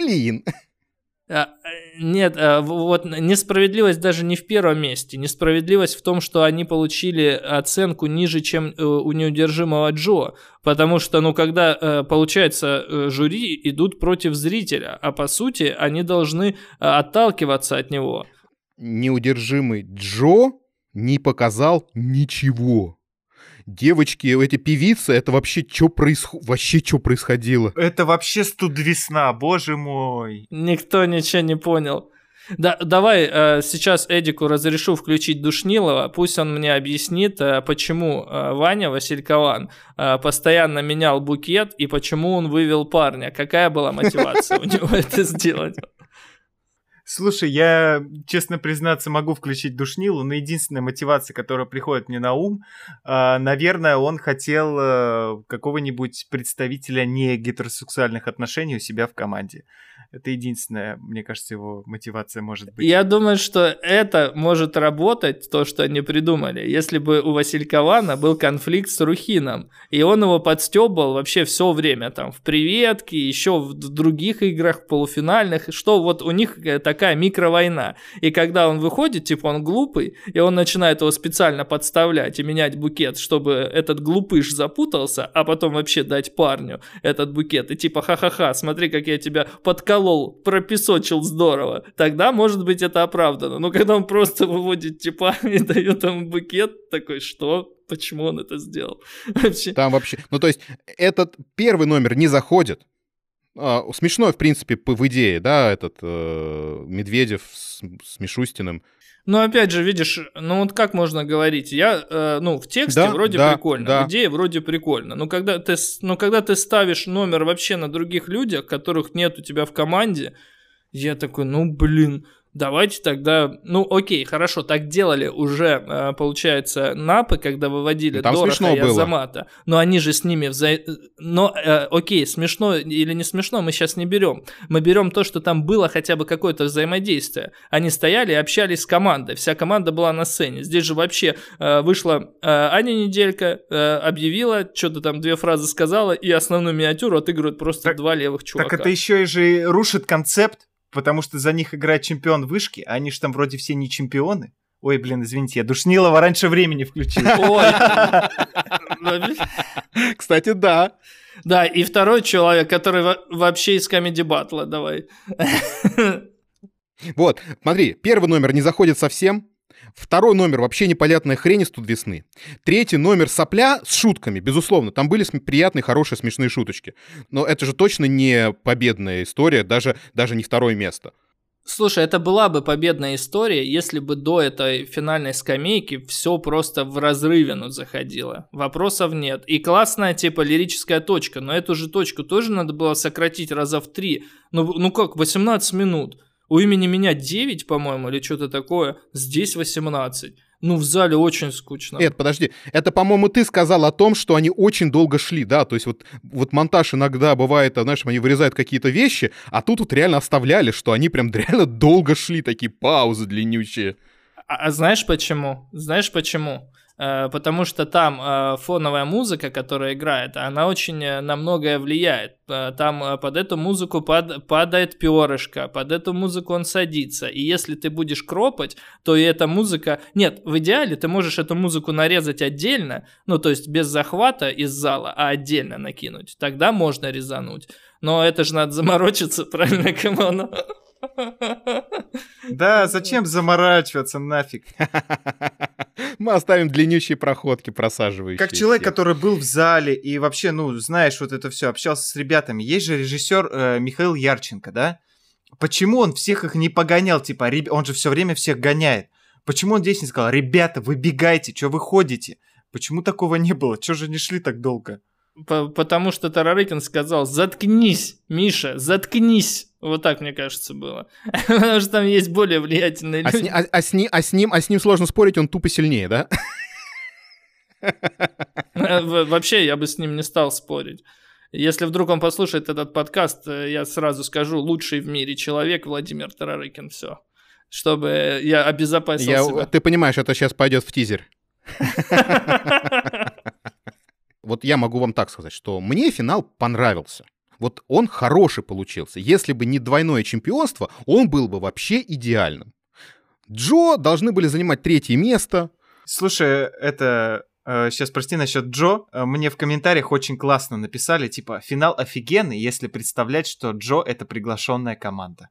Нет, вот несправедливость даже не в первом месте. Несправедливость в том, что они получили оценку ниже, чем у неудержимого Джо. Потому что, когда, получается, жюри идут против зрителя, а по сути они должны отталкиваться от него. Неудержимый Джо не показал ничего. Девочки, эти певицы, это вообще что происходило? Это вообще студ-весна, боже мой. Никто ничего не понял. Давай сейчас Эдику разрешу включить Душнилова, пусть он мне объяснит, почему Ваня Василькован постоянно менял букет и почему он вывел парня. Какая была мотивация у него это сделать? Слушай, я, честно признаться, могу включить Душнилу, но единственная мотивация, которая приходит мне на ум, наверное, он хотел какого-нибудь представителя не гетеросексуальных отношений у себя в команде. Это единственная, мне кажется, его мотивация может быть. Я думаю, что это может работать, то, что они придумали, если бы у Василькована был конфликт с Рухином, и он его подстёбал вообще все время, там, в приветке, еще в других играх, в полуфинальных, что вот у них такая микровойна. И когда он выходит, типа, он глупый, и он начинает его специально подставлять и менять букет, чтобы этот глупыш запутался, а потом вообще дать парню этот букет, и типа, ха-ха-ха, смотри, как я тебя подколол, пропесочил здорово, тогда, может быть, это оправдано. Но когда он просто выводит типа и дает ему букет, такой, что? Почему он это сделал? Вообще. Там вообще... Ну, то есть, этот первый номер не заходит. Смешно, в принципе, в идее, да, этот Медведев с Мишустиным. Ну, опять же, видишь, вот как можно говорить? В тексте вроде прикольно, в идее вроде прикольно. Но когда ты ставишь номер вообще на других людях, которых нет у тебя в команде, я такой, давайте тогда... окей, хорошо, так делали уже, получается, Напы, когда выводили Дороха и Азамата. Но они же с ними... окей, смешно или не смешно, мы сейчас не берем. Мы берем то, что там было хотя бы какое-то взаимодействие. Они стояли и общались с командой. Вся команда была на сцене. Здесь же вообще вышла Аня Неделька, объявила, что-то там 2 фразы сказала, и основную миниатюру отыгрывают просто 2 левых чувака. Так это еще и же рушит концепт. Потому что за них играет чемпион вышки, а они же там вроде все не чемпионы. Ой, блин, извините, я Душнилова раньше времени включил. Кстати, да. Да, и второй человек, который вообще из Comedy Battle, давай. Вот, смотри, первый номер не заходит совсем. Второй номер вообще непонятная хрень из «Студ-весны». Третий номер сопля с шутками, безусловно. Там были приятные, хорошие, смешные шуточки. Но это же точно не победная история, даже не 2 место. Слушай, это была бы победная история, если бы до этой финальной скамейки все просто в разрыве заходило. Вопросов нет. И классная, типа, лирическая точка. Но эту же точку тоже надо было сократить раза в 3. Ну как, 18 минут. У имени меня 9, по-моему, или что-то такое. Здесь 18. В зале очень скучно. Подожди. Это, по-моему, ты сказал о том, что они очень долго шли, да? То есть вот монтаж иногда бывает, знаешь, они вырезают какие-то вещи, а тут вот реально оставляли, что они прям реально долго шли, такие паузы длиннющие. А знаешь почему? Потому что там фоновая музыка, которая играет, она очень на многое влияет. Там под эту музыку падает перышко, под эту музыку он садится. И если ты будешь кропать, то и эта музыка... Нет, в идеале ты можешь эту музыку нарезать отдельно, то есть без захвата из зала, а отдельно накинуть. Тогда можно резануть. Но это же надо заморочиться, правильно, Камона? Да, зачем заморачиваться нафиг? Мы оставим длиннющие проходки, просаживающиеся. Как человек, который был в зале и вообще, знаешь, вот это все, общался с ребятами. Есть же режиссер Михаил Ярченко, да? Почему он всех их не погонял? Типа, он же все время всех гоняет. Почему он здесь не сказал: ребята, выбегайте, что вы ходите? Почему такого не было? Чего же не шли так долго? Потому что Тарарыкин сказал: заткнись, Миша, заткнись. Вот так, мне кажется, было. Потому что там есть более влиятельные люди. А с ним сложно спорить, он тупо сильнее, да? Вообще, я бы с ним не стал спорить. Если вдруг он послушает этот подкаст, я сразу скажу: лучший в мире человек Владимир Тарарыкин, все. Чтобы я обезопасил себя. Ты понимаешь, это сейчас пойдет в тизер. Вот я могу вам так сказать, что мне финал понравился. Вот он хороший получился. Если бы не двойное чемпионство, он был бы вообще идеальным. Джо должны были занимать 3-е место. Слушай, сейчас, прости, насчет Джо. Мне в комментариях очень классно написали, типа, финал офигенный, если представлять, что Джо — это приглашенная команда.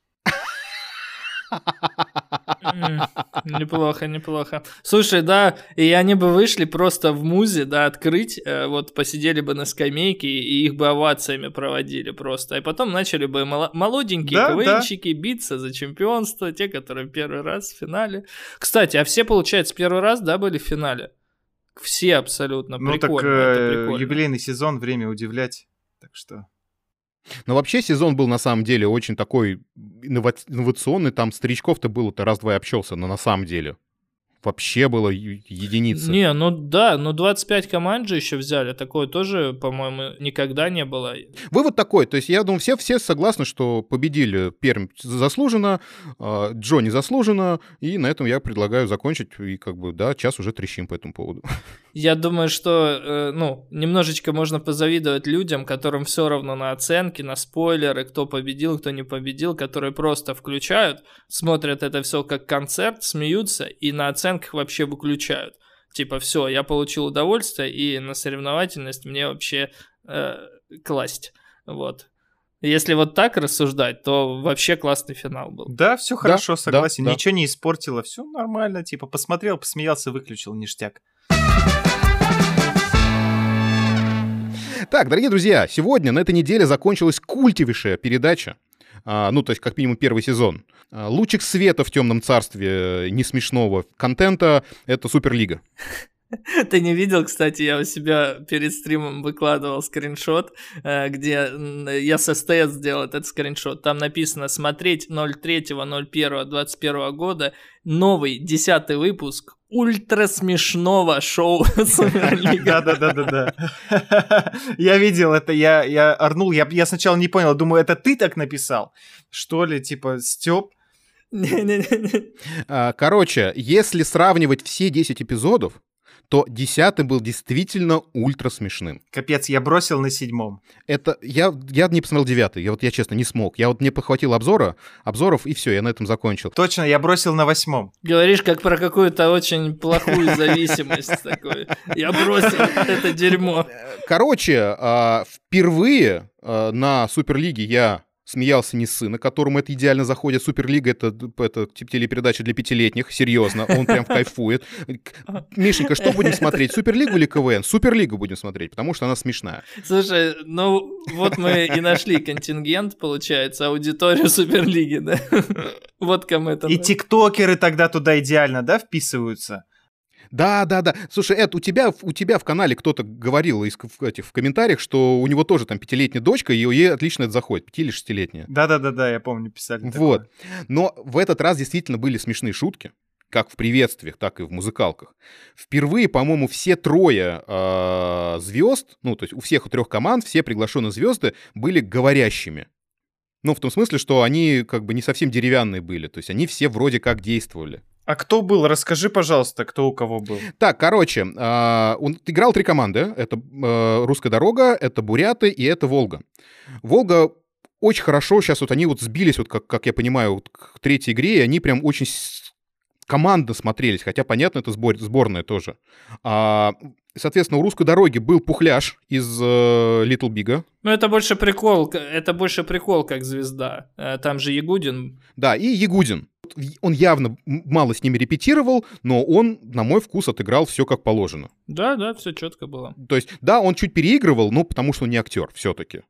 Неплохо. Слушай, да, и они бы вышли просто в музе, да, открыть, вот посидели бы на скамейке, и их бы овациями проводили просто. И потом начали бы молоденькие КВНщики биться за чемпионство, те, которые первый раз в финале. Кстати, а все, получается, первый раз, да, были в финале? Все абсолютно. Прикольно. Ну так прикольно. Юбилейный сезон, время удивлять, так что... Но вообще сезон был на самом деле очень такой инновационный, там старичков-то было-то раз-два и общался, но на самом деле вообще было единица. Не, ну да, но 25 команд же еще взяли, такое тоже, по-моему, никогда не было. Вывод такой, то есть я думаю, все согласны, что победили Пермь заслуженно, Джо незаслуженно, и на этом я предлагаю закончить, и как бы, да, час уже трещим по этому поводу. Я думаю, что, немножечко можно позавидовать людям, которым все равно на оценки, на спойлеры, кто победил, кто не победил, которые просто включают, смотрят это все как концерт, смеются и на оценках вообще выключают. Типа, все, я получил удовольствие, и на соревновательность мне вообще класть. Вот. Если вот так рассуждать, то вообще классный финал был. Да, все хорошо, согласен. Да. Ничего не испортило, все нормально. Типа, посмотрел, посмеялся, выключил, ништяк. Так, дорогие друзья, сегодня на этой неделе закончилась культовейшая передача, то есть как минимум первый сезон. Лучик света в темном царстве несмешного контента — это Суперлига. Ты не видел, кстати, я у себя перед стримом выкладывал скриншот, где я с СТС сделал этот скриншот. Там написано: смотреть 03.01.21 года новый 10-й выпуск ультра смешного шоу Суперлига. Да. Я видел это, я орнул, я сначала не понял, думаю, это ты так написал? Что ли, типа, Стёп? Короче, если сравнивать все 10 эпизодов, то 10-й был действительно ультра смешным. Капец, я бросил на 7-м. Это я не посмотрел 9-й, я честно не смог. Мне похватило обзоров, и все, я на этом закончил. Точно, я бросил на 8-м. Говоришь, как про какую-то очень плохую зависимость такой. Я бросил это дерьмо. Короче, впервые на Суперлиге я смеялся не с сына, которому это идеально заходит. Суперлига — это телепередача для 5-летних, серьезно, он прям кайфует. Мишенька, что будем смотреть, Суперлигу или КВН? Суперлигу будем смотреть, потому что она смешная. Слушай, вот мы и нашли контингент, получается, аудиторию Суперлиги, да? Вот кому это. И тиктокеры тогда туда идеально, да, вписываются? Да. Слушай, Эд, у тебя в канале кто-то говорил в комментариях, что у него тоже там 5-летняя дочка, и ей отлично это заходит, 5 или 6-летняя. Да, я помню, писали такое. Вот. Но в этот раз действительно были смешные шутки, как в приветствиях, так и в музыкалках. Впервые, по-моему, все 3 звезд, то есть у всех 3 команд, все приглашенные звезды были говорящими. В том смысле, что они как бы не совсем деревянные были, то есть они все вроде как действовали. А кто был? Расскажи, пожалуйста, кто у кого был. Так, короче, он играл 3 команды. Это «Русская дорога», это «Буряты» и это «Волга». «Волга» очень хорошо, сейчас вот они вот сбились, вот как я понимаю, вот к 3-й игре, и они прям очень командно смотрелись, хотя, понятно, это сборная тоже. Соответственно, у «Русской дороги» был Пухляш из Little Big. Это больше прикол, как звезда. Там же Ягудин. Да, и Ягудин. Он явно мало с ними репетировал, но он, на мой вкус, отыграл все как положено. Да, все четко было. То есть, да, он чуть переигрывал, но потому что он не актер все-таки.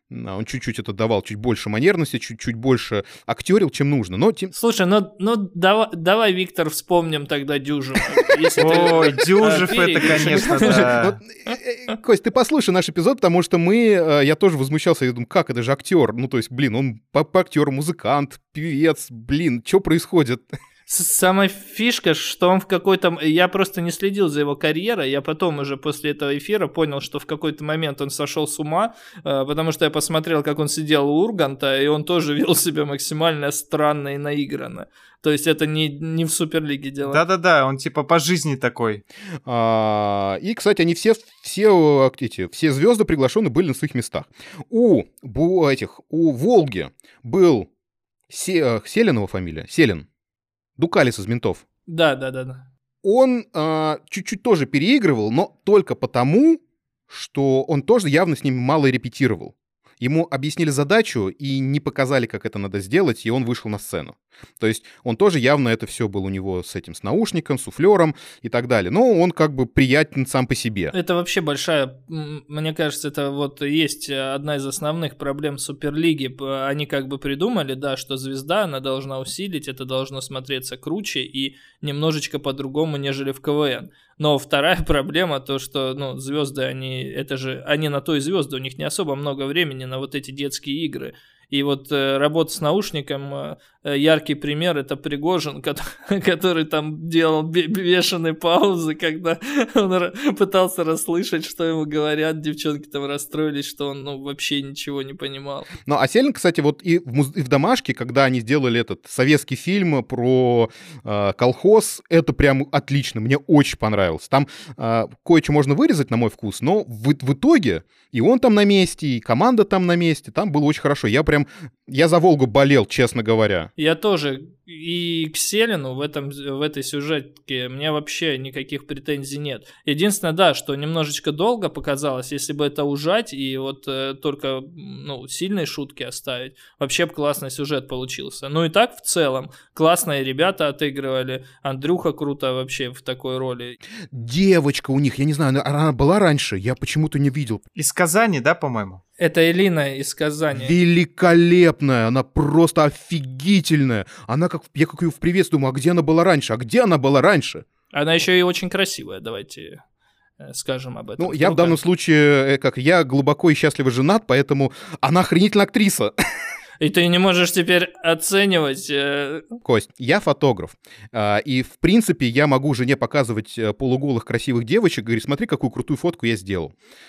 Он чуть-чуть это давал, чуть больше манерности, чуть больше актерил, чем нужно. Но Слушай, давай, Виктор, вспомним тогда Дюжева. Ой, Дюжев это, конечно, да. Кость, ты послушай наш эпизод, потому что я тоже возмущался, я думаю, как, это же актер. Ну, то есть, блин, он актер, музыкант, певец, блин, что происходит? Самая фишка, что он в какой-то... Я просто не следил за его карьерой, я потом уже после этого эфира понял, что в какой-то момент он сошел с ума, потому что я посмотрел, как он сидел у Урганта, и он тоже вел себя максимально странно и наигранно. То есть это не в Суперлиге дело. Да-да-да, он типа по жизни такой. И, кстати, они все звезды приглашены были на своих местах. У Волги был Селинова фамилия, Селин. Дукалис из «Ментов». Да. Он чуть-чуть тоже переигрывал, но только потому, что он тоже явно с ними мало репетировал. Ему объяснили задачу и не показали, как это надо сделать, и он вышел на сцену. То есть он тоже явно это все был у него с наушником, суфлером и так далее. Но он как бы приятен сам по себе. Это вообще большая, мне кажется, это вот есть одна из основных проблем Суперлиги. Они как бы придумали, да, что звезда, она должна усилить, это должно смотреться круче и немножечко по-другому, нежели в КВН. Но вторая проблема, то что, звезды, они на то и звезды, у них не особо много времени на вот эти детские игры. И вот работа с наушником, яркий пример, это Пригожин, который там делал бешеные паузы, когда он пытался расслышать, что ему говорят, девчонки там расстроились, что он вообще ничего не понимал. Ну, а Селин, кстати, вот и в «Домашке», когда они сделали этот советский фильм про колхоз, это прям отлично, мне очень понравилось. Там кое-что можно вырезать, на мой вкус, но в итоге и он там на месте, и команда там на месте, там было очень хорошо. Я за «Волгу» болел, честно говоря. Я тоже. И к Селину в этой сюжетке мне вообще никаких претензий нет. Единственное, да, что немножечко долго показалось, если бы это ужать и вот только сильные шутки оставить, вообще бы классный сюжет получился. Ну и так в целом классные ребята отыгрывали. Андрюха круто вообще в такой роли. Девочка у них, я не знаю, она была раньше, я почему-то не видел. Из Казани, да, по-моему? Это Элина из Казани. Великолепная, она просто офигительная. Я как ее в «Привет» думаю, а где она была раньше? Она еще и очень красивая, давайте скажем об этом. Я в данном случае, я глубоко и счастливо женат, поэтому она охренительная актриса. И ты не можешь теперь оценивать... Кость, я фотограф. И, в принципе, я могу жене показывать полуголых красивых девочек, говорить, смотри, какую крутую фотку я сделал.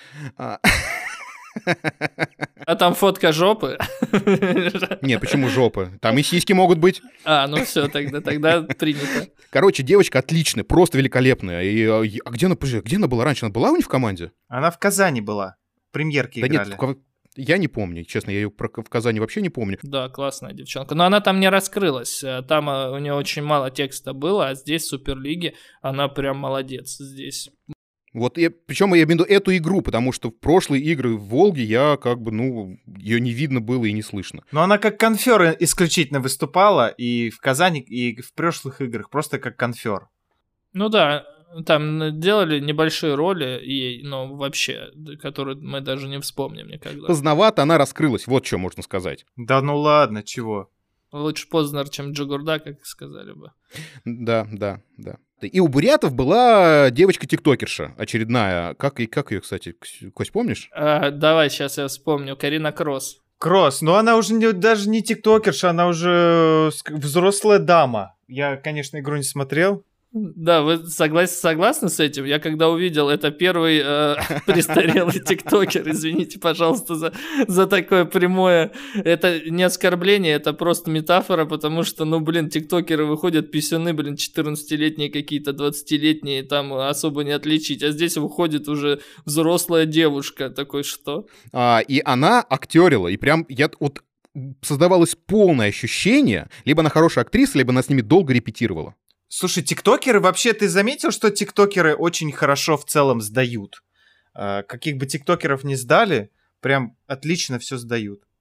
А там фотка жопы? Не, почему жопы? Там и сиськи могут быть. Все, тогда принято. Короче, девочка отличная, просто великолепная. А где она была раньше? Она была у них в команде? Она в Казани была. Премьерки играли. Нет, я не помню, честно, я ее в Казани вообще не помню. Да, классная девчонка. Но она там не раскрылась. Там у нее очень мало текста было, а здесь в Суперлиге она прям молодец. Здесь... Причем я имею в виду эту игру, потому что в прошлые игры в «Волге» я ее не видно было и не слышно. Но она как конфер исключительно выступала и в Казани, и в прошлых играх, просто как конфер. Ну да, там делали небольшие роли, но вообще, которые мы даже не вспомним никогда. Поздновато она раскрылась, вот что можно сказать. Да ну ладно, чего? Лучше Познер, чем Джигурда, как сказали бы. Да. И у бурятов была девочка-тиктокерша очередная. Как ее, кстати, Кость, помнишь? Давай, сейчас я вспомню. Карина Кросс. Кросс, но она уже даже не тиктокерша, она уже взрослая дама. Я, конечно, игру не смотрел. Да, вы согласны с этим? Я когда увидел, это первый престарелый тиктокер, извините, пожалуйста, за такое прямое. Это не оскорбление, это просто метафора, потому что, тиктокеры выходят писюны, 14-летние какие-то, 20-летние, там особо не отличить. А здесь выходит уже взрослая девушка. Такой, что? И она актерила, и прям создавалось полное ощущение, либо она хорошая актриса, либо она с ними долго репетировала. Слушай, тиктокеры, вообще ты заметил, что тиктокеры очень хорошо в целом сдают? Каких бы тиктокеров ни сдали, прям отлично все сдают.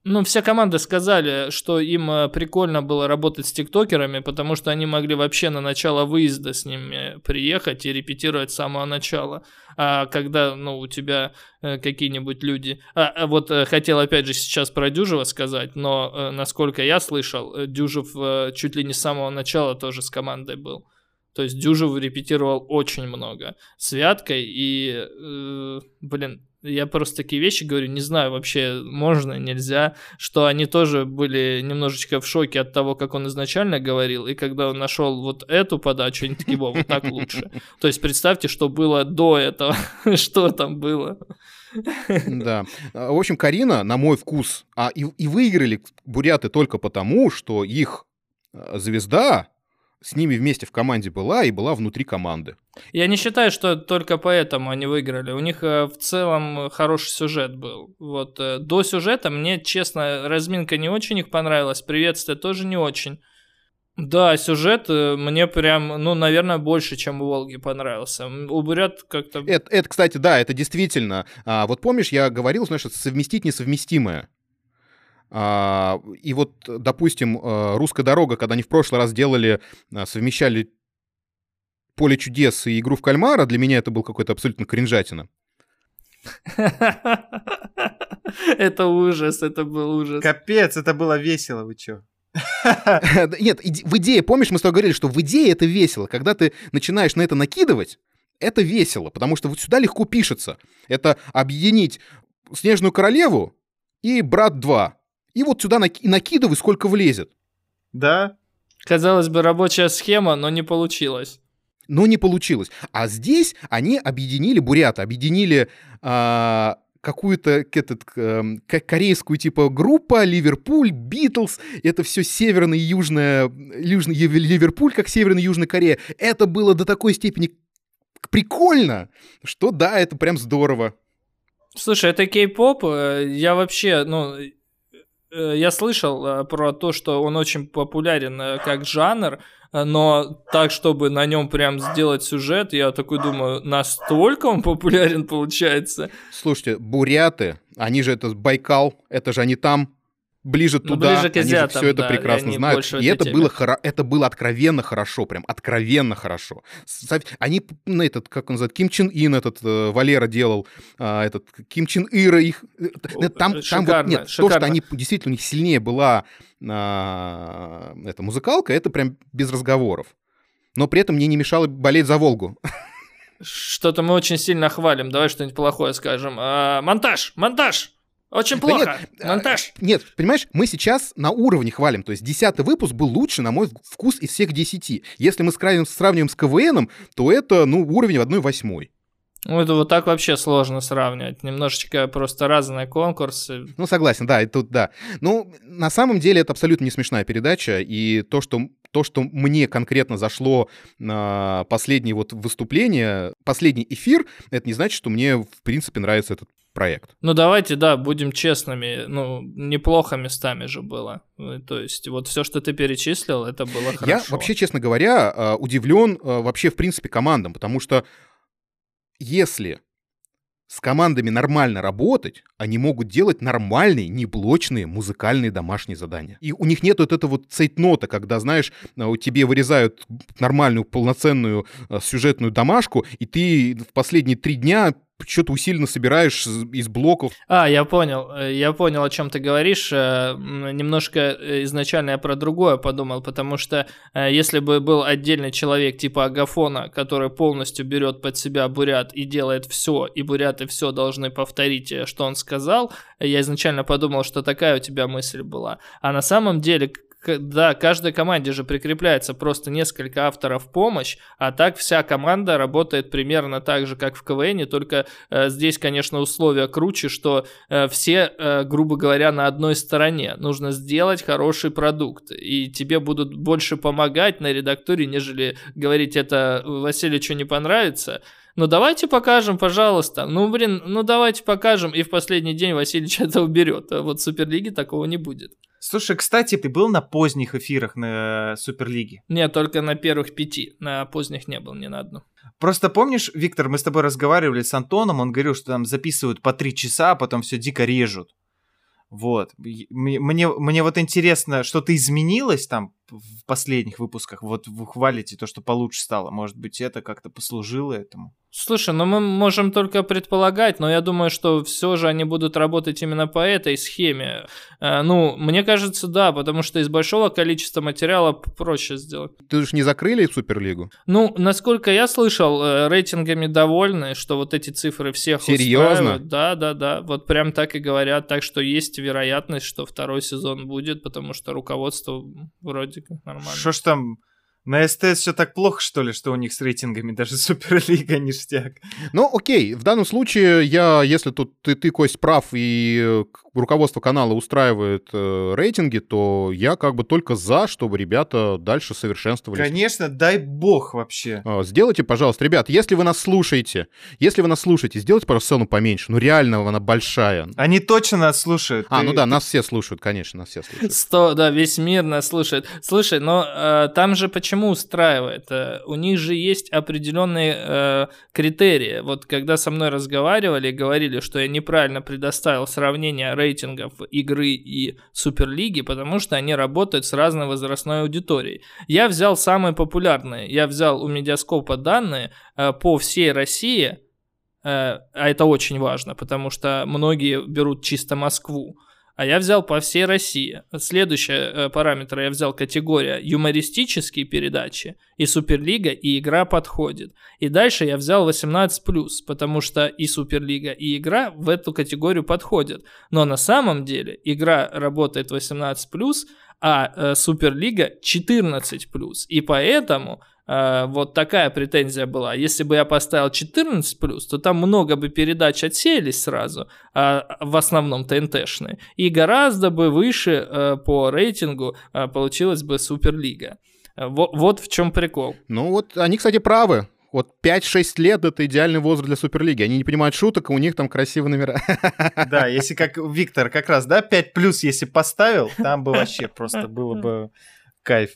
Ну, все команды сказали, что им прикольно было работать с тиктокерами, потому что они могли вообще на начало выезда с ними приехать и репетировать с самого начала. А когда, ну, у тебя какие-нибудь люди... Вот хотел опять же сейчас про Дюжева сказать, но насколько я слышал, Дюжев чуть ли не с самого начала тоже с командой был. То есть Дюжев репетировал очень много с Вяткой и, я просто такие вещи говорю, не знаю вообще, можно, нельзя, что они тоже были немножечко в шоке от того, как он изначально говорил, и когда он нашел вот эту подачу, они такие, вот так лучше. То есть представьте, что было до этого, что там было. Да. В общем, Карина, на мой вкус, и выиграли буряты только потому, что их звезда с ними вместе в команде была и была внутри команды. Я не считаю, что только поэтому они выиграли. У них в целом хороший сюжет был. Вот до сюжета мне, честно, разминка не очень их понравилась, приветствие тоже не очень. Да, сюжет мне прям, ну, наверное, больше, чем у Волги понравился. У бурят как-то... Это, кстати, да, это действительно. Вот помнишь, я говорил, знаешь, совместить несовместимое. И вот, допустим, «Русская дорога», когда они в прошлый раз совмещали «Поле чудес» и «Игру в кальмара», для меня это был какой-то абсолютно кринжатина. Это ужас, это был ужас. Капец, это было весело, вы чё? Нет, в идее, помнишь, мы с тобой говорили, что в идее это весело. Когда ты начинаешь на это накидывать, это весело, потому что вот сюда легко пишется. Это объединить «Снежную королеву» и «Брат 2». И вот сюда накидывай, сколько влезет. Да. Казалось бы, рабочая схема, но не получилось. Но не получилось. А здесь они буряты объединили какую-то корейскую типа группу, Ливерпуль, Битлз, это все северная и южная, Ливерпуль, как северная и южная Корея. Это было до такой степени прикольно, что да, это прям здорово. Слушай, это кей-поп, я вообще, я слышал про то, что он очень популярен как жанр, но так, чтобы на нем прям сделать сюжет, я такой думаю, настолько он популярен получается. Слушайте, буряты, они же это Байкал, это же они там, ближе туда, ближе к азиатам, они же все это да, прекрасно знают. И это было откровенно хорошо, прям откровенно хорошо. Они, как он называется, Ким Чен Ын, Валера делал, Ким Чен Ира, их... Там шикарно, вот нет, шикарно. То, что они действительно, у них сильнее была эта музыкалка, это прям без разговоров. Но при этом мне не мешало болеть за Волгу. Что-то мы очень сильно хвалим, давай что-нибудь плохое скажем. Монтаж! Очень плохо. Да монтаж. Нет, понимаешь, мы сейчас на уровне хвалим. То есть 10-й выпуск был лучше, на мой вкус, из всех 10. Если мы сравниваем с КВНом, то это, уровень в 1/8. Это вот так вообще сложно сравнивать. Немножечко просто разные конкурсы. Согласен, да, и тут да. На самом деле это абсолютно не смешная передача, и то, что мне конкретно зашло на последнее вот выступление, последний эфир, это не значит, что мне, в принципе, нравится этот проект. Давайте, да, будем честными. Неплохо местами же было. То есть вот все, что ты перечислил, это было хорошо. Я вообще, честно говоря, удивлен вообще, в принципе, командам, потому что если с командами нормально работать, они могут делать нормальные, неблочные музыкальные домашние задания. И у них нет вот этого вот цейтнота, когда, знаешь, тебе вырезают нормальную, полноценную сюжетную домашку, и ты в последние 3 дня что-то усиленно собираешь из блоков. Я понял, о чем ты говоришь. Немножко изначально я про другое подумал, потому что если бы был отдельный человек типа Агафона, который полностью берет под себя бурят и делает все, и буряты все должны повторить, что он сказал, я изначально подумал, что такая у тебя мысль была. А на самом деле... Да, каждой команде же прикрепляется просто несколько авторов в помощь, а так вся команда работает примерно так же, как в КВНе, только здесь, конечно, условия круче, что все, грубо говоря, на одной стороне. Нужно сделать хороший продукт, и тебе будут больше помогать на редакторе, нежели говорить, это Васильевичу не понравится. Давайте покажем, пожалуйста. Давайте покажем, и в последний день Васильевич это уберет. А вот в Суперлиге такого не будет. Слушай, кстати, ты был на поздних эфирах на Суперлиге? Нет, только на первых 5. На поздних не был ни на одну. Просто помнишь, Виктор, мы с тобой разговаривали с Антоном, он говорил, что там записывают по 3 часа, а потом все дико режут. Вот. Мне вот интересно, что-то изменилось там в последних выпусках? Вот вы хвалите то, что получше стало. Может быть, это как-то послужило этому? Слушай, ну мы можем только предполагать, но я думаю, что все же они будут работать именно по этой схеме. Ну, мне кажется, да, потому что из большого количества материала проще сделать. Ты же не закрыли Суперлигу? Ну, насколько я слышал, рейтингами довольны, что вот эти цифры всех Серьезно? устраивают. Да, вот прям так и говорят, так что есть вероятность, что второй сезон будет, потому что руководство вроде как нормально. Что ж там... На СТС все так плохо, что ли, что у них с рейтингами даже Суперлига ништяк? Ну, окей, в данном случае если тут ты, Кость, прав, и руководство канала устраивает рейтинги, то я как бы только за, чтобы ребята дальше совершенствовались. Конечно, дай бог вообще. Сделайте, пожалуйста, ребят, если вы нас слушаете, сделайте, пожалуйста, сцену поменьше. Ну, реально, она большая. Они точно нас слушают. Ну да, нас все слушают, конечно, нас все слушают. Да, весь мир нас слушает. Слушай, но там же почему устраивает? У них же есть определенные критерии. Вот когда со мной разговаривали и говорили, что я неправильно предоставил сравнение рейтингов игры и Суперлиги, потому что они работают с разной возрастной аудиторией. Я взял самые популярные. Я взял у Медиаскопа данные по всей России, а это очень важно, потому что многие берут чисто Москву. А я взял по всей России. Следующий параметр я взял категория юмористические передачи, и Суперлига, и игра подходит. И дальше я взял 18+, потому что и Суперлига, и игра в эту категорию подходят. Но на самом деле игра работает 18+, а Суперлига 14+. И поэтому... вот такая претензия была. Если бы я поставил 14+, то там много бы передач отсеялись сразу, в основном ТНТшные, и гораздо бы выше по рейтингу получилась бы Суперлига. Вот в чем прикол. Ну вот они, кстати, правы. Вот 5-6 лет — это идеальный возраст для Суперлиги. Они не понимают шуток, а у них там красивые номера. Да, если как Виктор как раз, да, 5+, если поставил, там бы вообще просто было бы кайф.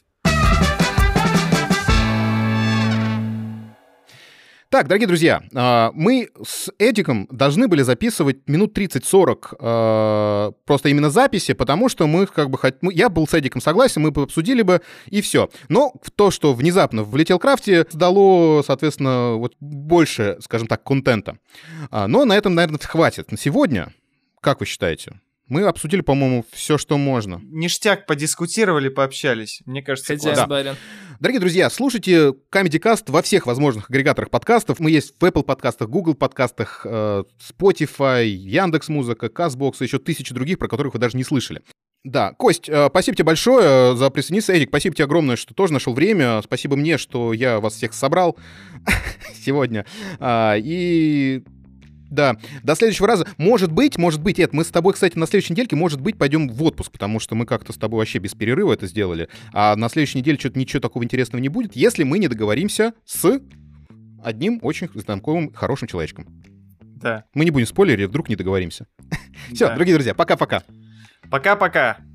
Так, дорогие друзья, мы с Эдиком должны были записывать минут 30-40 просто именно записи, потому что мы как бы я был с Эдиком согласен, мы бы обсудили бы, и все. Но то, что внезапно в Little Craft дало, соответственно, вот больше, скажем так, контента. Но на этом, наверное, хватит. На сегодня, как вы считаете? Мы обсудили, по-моему, все, что можно. Ништяк, подискутировали, пообщались. Мне кажется, классно. Барин. Дорогие друзья, слушайте Comedy Cast во всех возможных агрегаторах подкастов. Мы есть в Apple подкастах, Google подкастах, Spotify, Яндекс.Музыка, Castbox и еще тысячи других, про которых вы даже не слышали. Да, Кость, спасибо тебе большое за присоединиться. Эдик, спасибо тебе огромное, что тоже нашел время. Спасибо мне, что я вас всех собрал сегодня. И... Да, до следующего раза. Может быть, Эд, мы с тобой, кстати, на следующей недельке, может быть, пойдем в отпуск, потому что мы как-то с тобой вообще без перерыва это сделали. А на следующей неделе что-то ничего такого интересного не будет, если мы не договоримся с одним очень знакомым, хорошим человечком. Да. Мы не будем спойлерить, вдруг не договоримся. Все, дорогие друзья, пока-пока. Пока-пока.